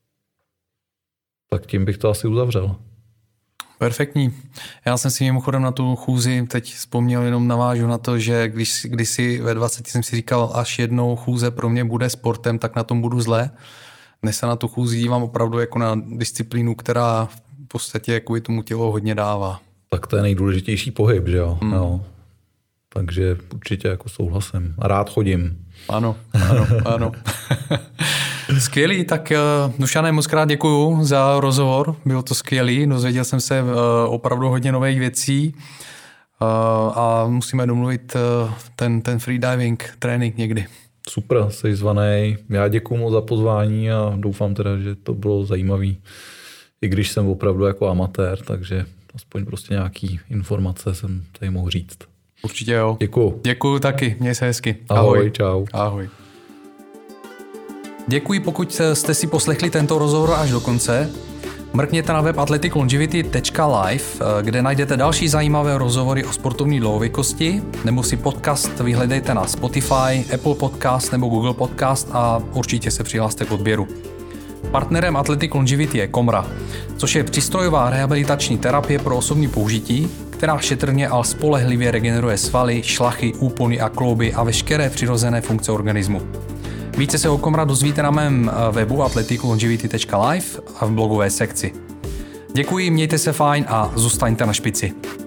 tak tím bych to asi uzavřel. Perfektní. Já jsem si mimochodem na tu chůzi teď vzpomněl, jenom navážu na to, že když si ve 20 jsem si říkal, až jednou chůze pro mě bude sportem, tak na tom budu zle. Dnes se na tu chůzi dívám opravdu jako na disciplínu, která v podstatě kvůli tomu tělo hodně dává. Tak to je nejdůležitější pohyb, že jo? No. Takže určitě jako souhlasím. A rád chodím. Ano. Skvělý, tak Dušane, moc krát děkuju za rozhovor, bylo to skvělý, dozvěděl jsem se opravdu hodně nových věcí a musíme domluvit ten freediving trénink někdy. Super, jsi zvanej. Já děkuju moc za pozvání a doufám teda, že to bylo zajímavý. I když jsem opravdu jako amatér, takže aspoň prostě nějaký informace jsem tady mohl říct. Určitě jo. Děkuju. Děkuju taky, měj se hezky. Ahoj, čau. Ahoj. Děkuji, pokud jste si poslechli tento rozhovor až do konce. Mrkněte na web athleticlongevity.live, kde najdete další zajímavé rozhovory o sportovní dlouhověkosti, nebo si podcast vyhledejte na Spotify, Apple Podcast nebo Google Podcast a určitě se přihlaste k odběru. Partnerem Athletic Longevity je Komra, což je přístrojová rehabilitační terapie pro osobní použití, která šetrně a spolehlivě regeneruje svaly, šlachy, úpony a klouby a veškeré přirozené funkce organismu. Více se o Komra dozvíte na mém webu athleticlongevity.live a v blogové sekci. Děkuji, mějte se fajn a zůstaňte na špici.